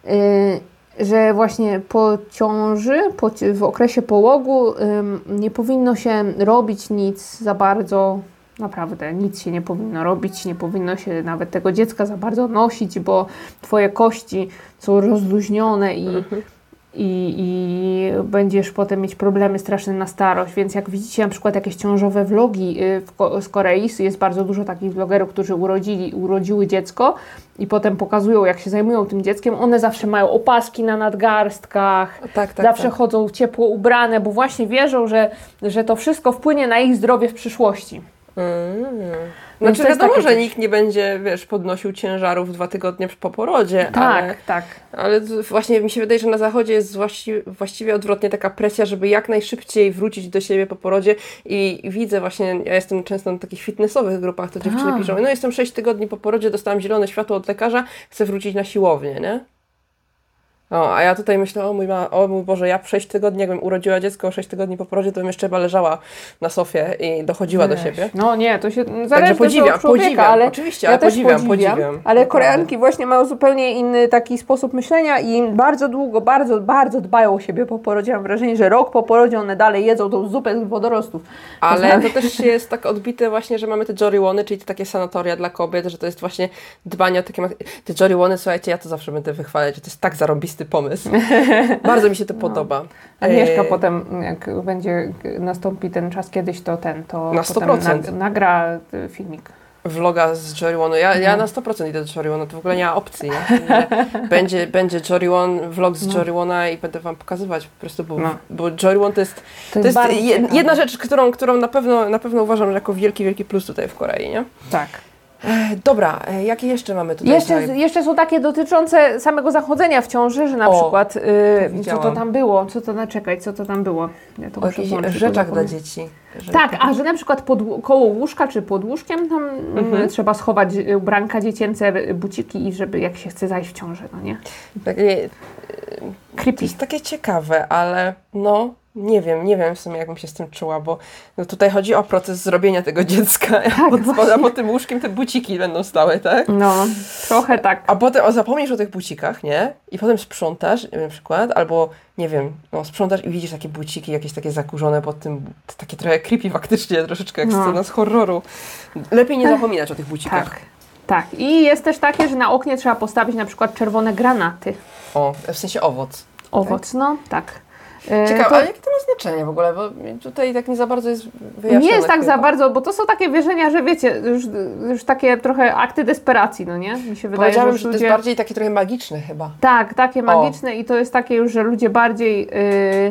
y, że właśnie po ciąży, po, ci- w okresie połogu ym, nie powinno się robić nic za bardzo, naprawdę nic się nie powinno robić, nie powinno się nawet tego dziecka za bardzo nosić, bo twoje kości są rozluźnione i I, i będziesz potem mieć problemy straszne na starość, więc jak widzicie na przykład jakieś ciążowe vlogi y, w Ko- z Korei, jest bardzo dużo takich vlogerów, którzy urodzili, urodziły dziecko i potem pokazują, jak się zajmują tym dzieckiem, one zawsze mają opaski na nadgarstkach, Tak, tak, zawsze tak. chodzą ciepło ubrane, bo właśnie wierzą, że, że to wszystko wpłynie na ich zdrowie w przyszłości. Mm. Więc Znaczy to jest wiadomo, takie że coś. nikt nie będzie, wiesz, podnosił ciężarów dwa tygodnie po porodzie, Tak, ale, tak. ale to właśnie mi się wydaje, że na zachodzie jest właściwie, właściwie odwrotnie taka presja, żeby jak najszybciej wrócić do siebie po porodzie i widzę właśnie, ja jestem często na takich fitnessowych grupach, to dziewczyny A. piszą, no jestem sześć tygodni po porodzie, dostałam zielone światło od lekarza, chcę wrócić na siłownię, nie? O, a ja tutaj myślę, o mój, ma, o mój Boże, ja w sześć tygodni, jakbym urodziła dziecko sześć tygodni po porodzie, to bym jeszcze chyba leżała na sofie i dochodziła Weź. do siebie. No nie, to się zależy Także podziwiam, też od człowieka, podziwiam, ale oczywiście, ja ale też podziwiam, podziwiam. Ale Naprawdę. Koreanki właśnie mają zupełnie inny taki sposób myślenia i bardzo długo, bardzo, bardzo dbają o siebie po porodzie. Mam wrażenie, że rok po porodzie one dalej jedzą tą zupę z wodorostów. Ale to też jest tak odbite właśnie, że mamy te joriwony, czyli te takie sanatoria dla kobiet, że to jest właśnie dbanie o takie... mat- Te joriwony, słuchajcie, ja to zawsze będę wychwalać, że to jest tak zarąbisty pomysł. Bardzo mi się to podoba. Agnieszka E, potem, jak będzie, nastąpi ten czas kiedyś, to ten, to Na sto potem procent. nag- nagra y, filmik. Vloga z Joriwonu. Ja, ja na sto procent idę do Joriwonu, to w ogóle nie ma opcji, nie? Że Będzie, będzie Joriwon, vlog z Joriwona i będę wam pokazywać po prostu, bo, No. bo Joriwon to jest, to jest bardzo je, ciekawe. jedna rzecz, którą, którą na pewno, na pewno uważam jako wielki, wielki plus tutaj w Korei, nie? Tak. E, dobra, e, jakie jeszcze mamy tutaj? Jeszcze, tutaj? jeszcze są takie dotyczące samego zachodzenia w ciąży, że na O, przykład, y, co widziałam. to tam było, co to na czekaj, co to tam było? Ja to O muszę jakichś włączyć, bo rzeczach dla zapomnę. dzieci. Że- Tak, a że na przykład pod, łu- koło łóżka czy pod łóżkiem tam Mhm. y, trzeba schować y, ubranka dziecięce, y, buciki i żeby jak się chce zajść w ciąży, no nie? Takie, to Creepy. jest takie ciekawe, ale no nie wiem, nie wiem w sumie jakbym się z tym czuła, bo no tutaj chodzi o proces zrobienia tego dziecka, a pod, a pod tym łóżkiem te buciki będą stały, tak? No, trochę tak. A potem o, zapomnisz o tych bucikach, nie? I potem sprzątasz na przykład, albo nie wiem, no sprzątasz i widzisz takie buciki jakieś takie zakurzone pod tym, to takie trochę creepy faktycznie, troszeczkę jak No. scena z horroru. Lepiej nie zapominać o tych bucikach. Tak, tak. I jest też takie, że na oknie trzeba postawić na przykład czerwone granaty. O, w sensie owoc. Owoc, no tak. E, Ciekawe, to ale jakie to ma znaczenie w ogóle, bo tutaj tak nie za bardzo jest wyjaśnione. nie jest tak chyba. za bardzo, bo to są takie wierzenia, że wiecie, już, już takie trochę akty desperacji, no nie? Mi się wydaje, Powiedziałabym, że, że to ludzie... jest bardziej takie trochę magiczne chyba. Tak, takie magiczne i to jest takie już, że ludzie bardziej yy,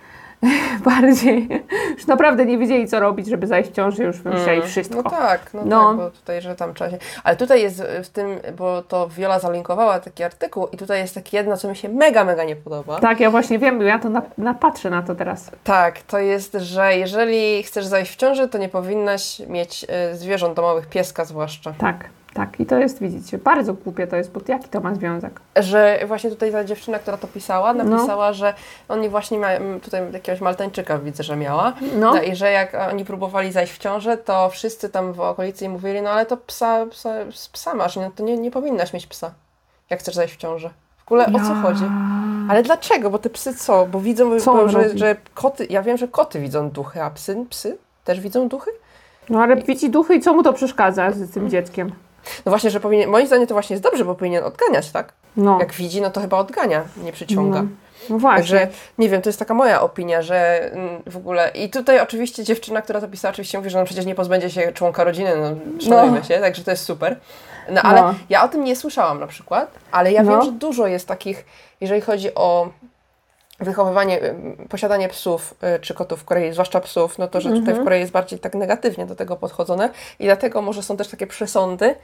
bardziej już naprawdę nie wiedzieli, co robić, żeby zajść w ciąży, już wymyśleli wszystko. No tak, no, No. tak, bo tutaj, że tam trzeba się... Ale tutaj jest w tym, bo to Viola zalinkowała taki artykuł i tutaj jest takie jedno, co mi się mega, mega nie podoba. Tak, ja właśnie wiem, ja to na, napatrzę na to teraz. Tak, to jest, że jeżeli chcesz zajść w ciąży, to nie powinnaś mieć y, zwierząt domowych, pieska zwłaszcza. Tak, tak. I to jest, widzicie, bardzo głupie to jest, bo jaki to ma związek? Że właśnie tutaj ta dziewczyna, która to pisała, No. napisała, że oni właśnie mają, tutaj jakiegoś Maltańczyka widzę, że miała, No. no i że jak oni próbowali zajść w ciążę, to wszyscy tam w okolicy im mówili, no ale to psa, psa, psa masz, nie? To nie, nie powinnaś mieć psa, jak chcesz zajść w ciążę. W ogóle o co chodzi? Ale dlaczego? Bo te psy co? Bo widzą, Co bo, on że, robi? że koty, ja wiem, że koty widzą duchy, a psy, psy też widzą duchy? No ale widzi duchy i co mu to przeszkadza z tym dzieckiem? No właśnie, że powinien, moim zdaniem to właśnie jest dobrze, bo powinien odganiać, tak? No, Jak widzi, no to chyba odgania, nie przyciąga. no, no właśnie. Także nie wiem, to jest taka moja opinia, że mm, w ogóle. I tutaj oczywiście dziewczyna, która to pisała, oczywiście mówi, że no przecież nie pozbędzie się członka rodziny, no szanujmy No. się, także to jest super. No ale No. ja o tym nie słyszałam na przykład, ale ja No. wiem, że dużo jest takich, jeżeli chodzi o wychowywanie, ym, posiadanie psów y, czy kotów w Korei, zwłaszcza psów, no to, że tutaj w Korei jest bardziej tak negatywnie do tego podchodzone i dlatego może są też takie przesądy,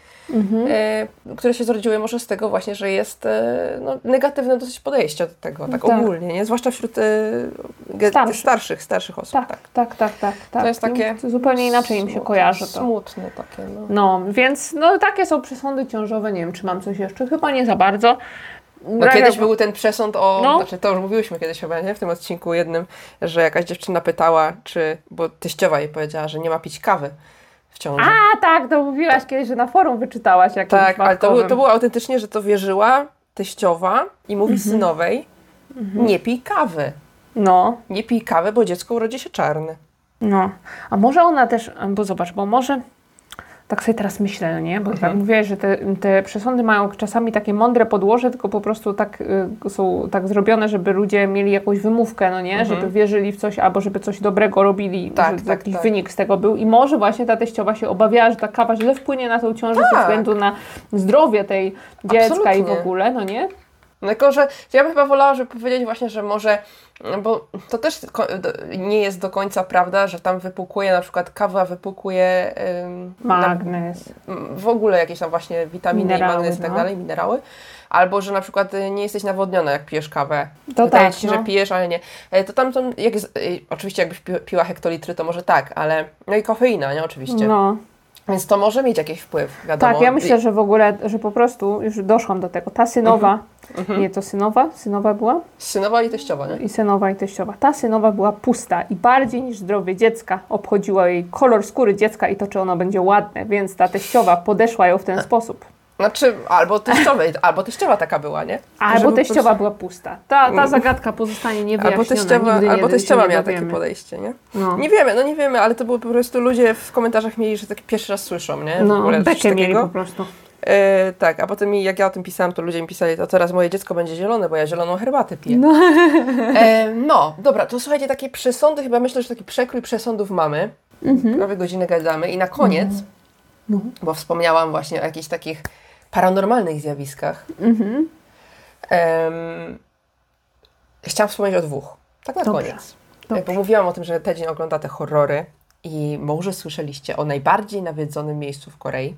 y, które się zrodziły może z tego właśnie, że jest y, no, negatywne dosyć podejście do tego, tak, Tak. ogólnie, nie? Zwłaszcza wśród y, ge- Starszych. starszych, starszych osób. Tak, Tak. tak, tak, tak, tak. To jest takie To zupełnie inaczej im się smutne, kojarzy to. Smutne takie, no. No, więc no takie są przesądy ciążowe. Nie wiem, czy mam coś jeszcze. Chyba nie za bardzo. No kiedyś był ten przesąd o, No. znaczy to już mówiłyśmy kiedyś chyba, nie? W tym odcinku jednym, że jakaś dziewczyna pytała, czy, bo teściowa jej powiedziała, że nie ma pić kawy w ciąży. A, tak, to mówiłaś kiedyś, że na forum wyczytałaś jakimś tak, ale to, było- wpadkowym. to było autentycznie, że to wierzyła teściowa i mówi Mhm. synowej, nie pij kawy. No, Nie pij kawy, bo dziecko urodzi się czarne. no. A może ona też, bo zobacz, bo może... Tak sobie teraz myślę, no nie? Bo tak mówiłaś, że te, te przesądy mają czasami takie mądre podłoże, tylko po prostu tak y, są tak zrobione, żeby ludzie mieli jakąś wymówkę, no nie? Żeby wierzyli w coś, albo żeby coś dobrego robili, Tak, żeby tak, jakiś tak. wynik z tego był. I może właśnie ta teściowa się obawiała, że ta kawa źle wpłynie na tą ciążę ze Tak. względu na zdrowie tej dziecka i w Absolutnie. ogóle, no nie? No tylko, że ja bym chyba wolała, żeby powiedzieć właśnie, że może, bo to też ko- do- nie jest do końca prawda, że tam wypłukuje, na przykład kawa wypłukuje ym, na, Magnes. m, w ogóle jakieś tam właśnie witaminy Minerały, i magnez i tak no. dalej, minerały. Albo, że na przykład y, nie jesteś nawodniona, jak pijesz kawę. To Wydaje tak, ci się, no. że pijesz, ale nie. E, To tam, tam jak z, y, oczywiście jakbyś pi- piła hektolitry, to może tak, ale no i kofeina, nie? Oczywiście. No. Więc to może mieć jakiś wpływ, wiadomo. Tak, ja myślę, że w ogóle, że po prostu już doszłam do tego. Ta synowa, mhm. nie to synowa, synowa była? Synowa i teściowa, nie? I synowa i teściowa. Ta synowa była pusta i bardziej niż zdrowie dziecka obchodziła jej kolor skóry dziecka i to, czy ono będzie ładne, więc ta teściowa podeszła ją w ten sposób. Znaczy, albo teściowej, albo teściowa taka była, nie? Albo Żeby teściowa prostu... była pusta. Ta, ta zagadka pozostanie niewyjaśniona. Albo teściowa, Nigdy albo nie, teściowa nie miała dowiemy. takie podejście, nie? No. Nie wiemy, no nie wiemy, ale to było po prostu ludzie w komentarzach mieli, że taki pierwszy raz słyszą, nie? No, bekę mieli po prostu. E, tak, a potem mi, jak ja o tym pisałam, to ludzie mi pisali, to teraz moje dziecko będzie zielone, bo ja zieloną herbatę piję. No, e, no dobra, to słuchajcie, takie przesądy, chyba myślę, że taki przekrój przesądów mamy. Mhm. Prawie godzinę gadamy i na koniec, mhm. no. bo wspomniałam właśnie o jakichś takich paranormalnych zjawiskach. Mhm. Um, chciałam wspomnieć o dwóch. Tak na Dobrze. koniec. Dobrze. Bo mówiłam o tym, że Tedzin ogląda te horrory i może słyszeliście o najbardziej nawiedzonym miejscu w Korei.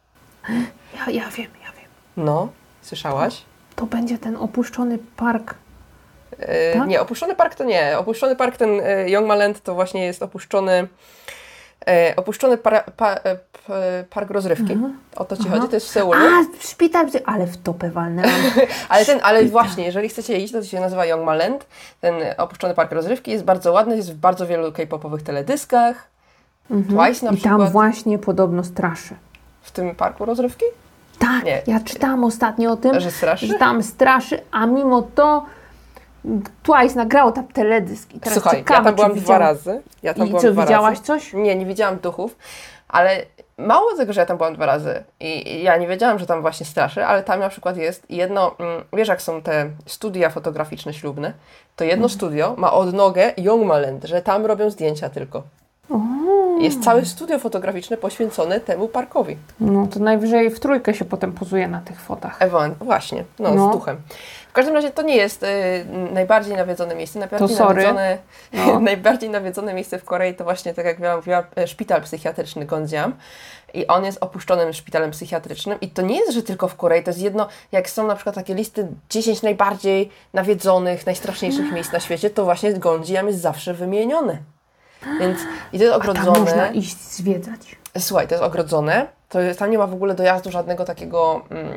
Ja, ja wiem, ja wiem. No, słyszałaś? To, to będzie ten opuszczony park. Yy, tak? Nie, opuszczony park to nie. Opuszczony park, ten y, Yongma-land to właśnie jest opuszczony y, opuszczony para, pa, y, p, park rozrywki. Aha. O to ci Aha. chodzi? To jest w Seulu. A, szpital, ale w topę walnęłam. ale ten, ale właśnie, jeżeli chcecie iść, to się nazywa Yongma-land. Ten opuszczony park rozrywki jest bardzo ładny, jest w bardzo wielu K-popowych teledyskach. Mhm. Twice na I przykład. tam właśnie podobno straszy. W tym parku rozrywki? Tak, nie. Ja czytałam ostatnio o tym, że, straszy? że tam straszy, a mimo to Twice nagrało tam teledysk. I teraz Słuchaj, ciekawe, ja tam byłam widział... dwa razy. Ja tam I byłam co, dwa widziałaś razy. coś? Nie, nie widziałam duchów, ale mało tego, że ja tam byłam dwa razy i, i ja nie wiedziałam, że tam właśnie straszy, ale tam na przykład jest jedno, mm, wiesz jak są te studia fotograficzne ślubne, to jedno mhm. studio ma odnogę Yongma-land, że tam robią zdjęcia tylko. O. Jest całe studio fotograficzne poświęcone temu parkowi. No to najwyżej w trójkę się potem pozuje na tych fotach. Ewan, właśnie, no, no. z duchem. W każdym razie to nie jest y, najbardziej nawiedzone miejsce. Najbardziej to nawiedzone, no. najbardziej nawiedzone miejsce w Korei to właśnie, tak jak ja mówiłam, szpital psychiatryczny Gonjiam. I on jest opuszczonym szpitalem psychiatrycznym. I to nie jest, że tylko w Korei. To jest jedno, jak są na przykład takie listy dziesięć najbardziej nawiedzonych, najstraszniejszych miejsc na świecie, to właśnie Gonjiam jest zawsze wymienione. Więc i to jest ogrodzone. A tam można iść zwiedzać. Słuchaj, to jest ogrodzone. To jest, tam nie ma w ogóle dojazdu żadnego takiego mm,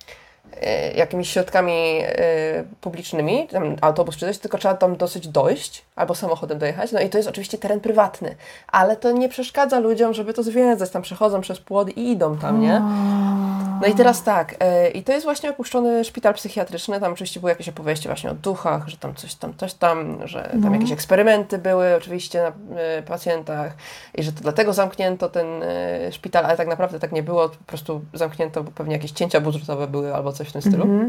y, jakimiś środkami y, publicznymi, tam autobus czy coś, tylko trzeba tam dosyć dojść albo samochodem dojechać. No i to jest oczywiście teren prywatny, ale to nie przeszkadza ludziom, żeby to zwiedzać. Tam przechodzą przez płot i idą tam, nie? No i teraz tak, y, i to jest właśnie opuszczony szpital psychiatryczny. Tam oczywiście były jakieś opowieści właśnie o duchach, że tam coś tam, coś tam, że tam no. jakieś eksperymenty były oczywiście na y, pacjentach i że to dlatego zamknięto ten y, szpital, ale tak naprawdę tak nie było, po prostu zamknięto, bo pewnie jakieś cięcia budżetowe były albo coś w tym stylu. Mm-hmm.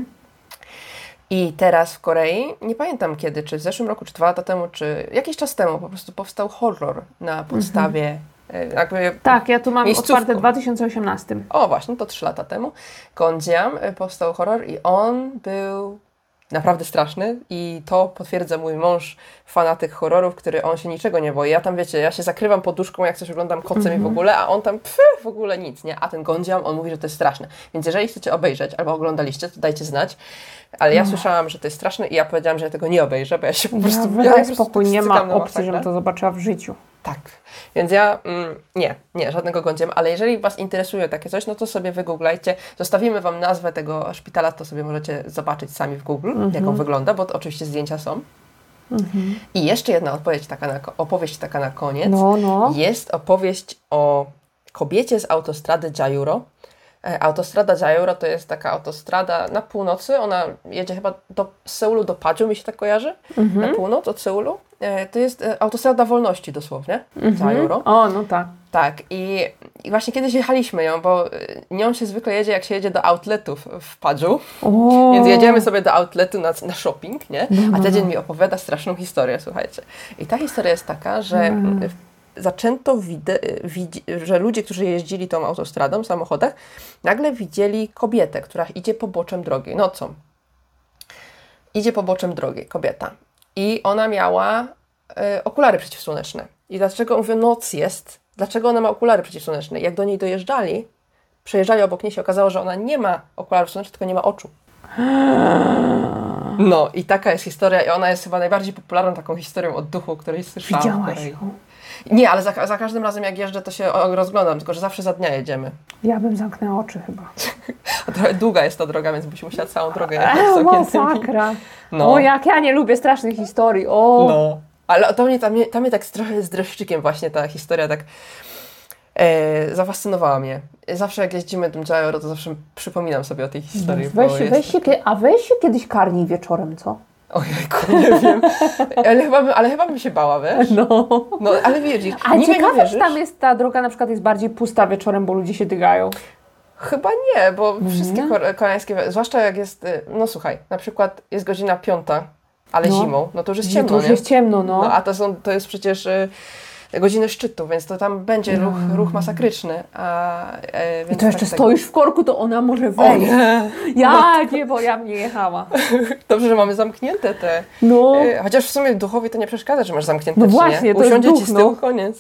I teraz w Korei, nie pamiętam kiedy, czy w zeszłym roku, czy dwa lata temu, czy jakiś czas temu po prostu powstał horror na podstawie mm-hmm. Jakby tak, ja tu mam otwarte w dwa tysiące osiemnastym. O właśnie, to trzy lata temu. Gonjiam powstał horror i on był naprawdę straszny i to potwierdza mój mąż, fanatyk horrorów, który on się niczego nie boi. Ja tam, wiecie, ja się zakrywam poduszką, jak coś oglądam kocem mm-hmm. i w ogóle, a on tam pff, w ogóle nic, nie? A ten Gonjiam, on mówi, że to jest straszne. Więc jeżeli chcecie obejrzeć albo oglądaliście, to dajcie znać. Ale ja no. słyszałam, że to jest straszne i ja powiedziałam, że ja tego nie obejrzę, bo ja się po prostu... Ja, ja spokój, nie ma opcji, żebym to zobaczyła w życiu. Tak. Więc ja, mm, nie, nie, żadnego Gonjiam, ale jeżeli Was interesuje takie coś, no to sobie wygooglajcie. Zostawimy Wam nazwę tego szpitala, to sobie możecie zobaczyć sami w Google, mm-hmm. jak on wygląda, bo to oczywiście zdjęcia są. Mm-hmm. I jeszcze jedna odpowiedź taka na, opowieść taka na koniec. No, no. Jest opowieść o kobiecie z autostrady Jayuro. Autostrada Jayuro to jest taka autostrada na północy, ona jedzie chyba do Seulu, do Paju, mi się tak kojarzy, mm-hmm. na północ od Seulu. To jest autostrada wolności dosłownie, mm-hmm. Jayuro. O, no tak. Tak, i, i właśnie kiedyś jechaliśmy ją, bo nią się zwykle jedzie, jak się jedzie do outletów w Paju, o. Więc jedziemy sobie do outletu na, na shopping, nie? A Tedzin mi opowiada straszną historię, słuchajcie. I ta historia jest taka, że mm. zaczęto, wide- widzi- że ludzie, którzy jeździli tą autostradą w samochodach, nagle widzieli kobietę, która idzie poboczem drogi, nocą. Idzie poboczem drogi, kobieta. I ona miała y, okulary przeciwsłoneczne. I dlaczego, mówię, noc jest, dlaczego ona ma okulary przeciwsłoneczne? Jak do niej dojeżdżali, przejeżdżali obok niej, się okazało, że ona nie ma okularów słonecznych, tylko nie ma oczu. No i taka jest historia i ona jest chyba najbardziej popularną taką historią o duchu, której słyszałam. Widziałaś ją? Nie, ale za, za każdym razem jak jeżdżę, to się o- rozglądam, tylko że zawsze za dnia jedziemy. Ja bym zamknęła oczy chyba. A trochę długa jest ta droga, więc byś musiała całą drogę jechać z E, zamkniętymi. masakra. No. O, jak ja nie lubię strasznych historii. O, No. Ale to mnie, tam, mnie, tam mnie tak trochę z dreszczykiem właśnie ta historia tak e, zafascynowała mnie. Zawsze jak jeździmy tym Jairo, to zawsze przypominam sobie o tej historii. weź, bo się- jest weź się, kie- a weź się kiedyś karnij wieczorem, co? Ojejku, nie wiem. Ale chyba, bym, ale chyba bym się bała, wiesz? No. No, ale widzisz, A niby nie ciekawe, czy wierzysz. tam jest ta droga na przykład jest bardziej pusta wieczorem, bo ludzie się dygają. Chyba nie, bo wszystkie Nie? kor- koreańskie, zwłaszcza jak jest, y, no słuchaj, na przykład jest godzina piąta, ale No. zimą, no to już jest To ciemno, już nie? jest ciemno, no. No, a to, są, to jest przecież y, godziny szczytu, więc to tam będzie ruch, ruch masakryczny. A, e, I więc to jeszcze tak, stoisz w korku, to ona może O wejść. nie! Ja nie, bo ja bym nie jechała. Dobrze, że mamy zamknięte te. No, Y, chociaż w sumie duchowi to nie przeszkadza, że masz zamknięte, No czy właśnie, nie? to jest Usiądzie duch, ci z no. tyłu, koniec.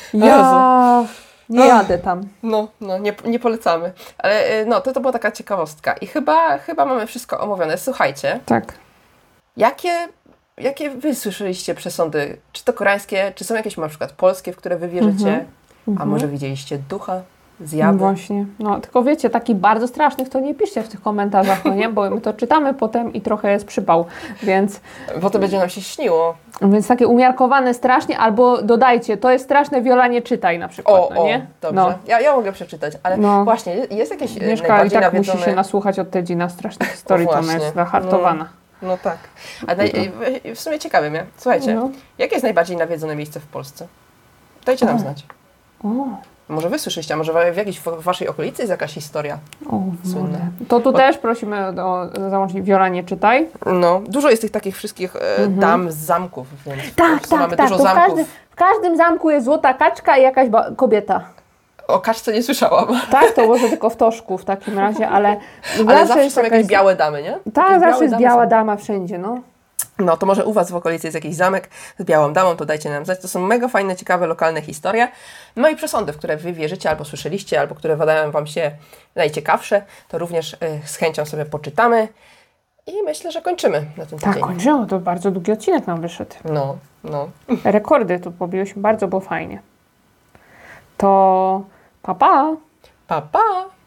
ja nie jadę tam. No, no nie, nie polecamy. Ale y, no, to, to była taka ciekawostka. I chyba, chyba mamy wszystko omówione. Słuchajcie, Tak. jakie, jakie wy słyszeliście przesądy? Czy to koreańskie, czy są jakieś na przykład polskie, w które wy wierzycie? A może widzieliście ducha, No zjawy? właśnie. No, tylko wiecie, takich bardzo strasznych to nie piszcie w tych komentarzach, no nie? Bo my to czytamy potem i trochę jest przypał. Więc, Bo to będzie nam się śniło. więc takie umiarkowane strasznie, albo dodajcie, to jest straszne, Wiola, nie czytaj na przykład, O, no o, nie? dobrze. No. Ja, ja mogę przeczytać, ale No. właśnie, jest jakieś e, Agnieszka i najbardziej tak nawiedzone... musi się nasłuchać od Tedzina strasznych historii, to ona właśnie. jest zahartowana. No tak. A naj, w sumie ciekawy mnie. Słuchajcie, No. jakie jest najbardziej nawiedzone miejsce w Polsce? Dajcie nam O. znać. O, Może wy słyszeliście, a może w jakiejś w waszej okolicy jest jakaś historia? o, Słynne. mordę. To tu Bo- też prosimy o załącznik Wiola, nie czytaj. No, dużo jest tych takich wszystkich e, dam z zamków, więc w Tak, Polsce tak, mamy tak. dużo To w, zamków. każdy, w każdym zamku jest złota kaczka i jakaś ba- kobieta. O kaczce nie słyszałam. Tak, to może tylko w Toszku w takim razie, ale, Ale zawsze jest są jakieś jakaś- białe damy, nie? Tak, Jakieś zawsze jest damy biała są. dama wszędzie, no. No to może u was w okolicy jest jakiś zamek z białą damą, to dajcie nam znać. To są mega fajne, ciekawe, lokalne historie. No i przesądy, w które wy wierzycie, albo słyszeliście, albo które wydają wam się najciekawsze, to również y, z chęcią sobie poczytamy. I myślę, że kończymy na tym Tak, tydzień. kończyło, to bardzo długi odcinek nam wyszedł. No, no. Rekordy tu pobiłyśmy, bardzo było fajnie. To pa pa! Pa, pa!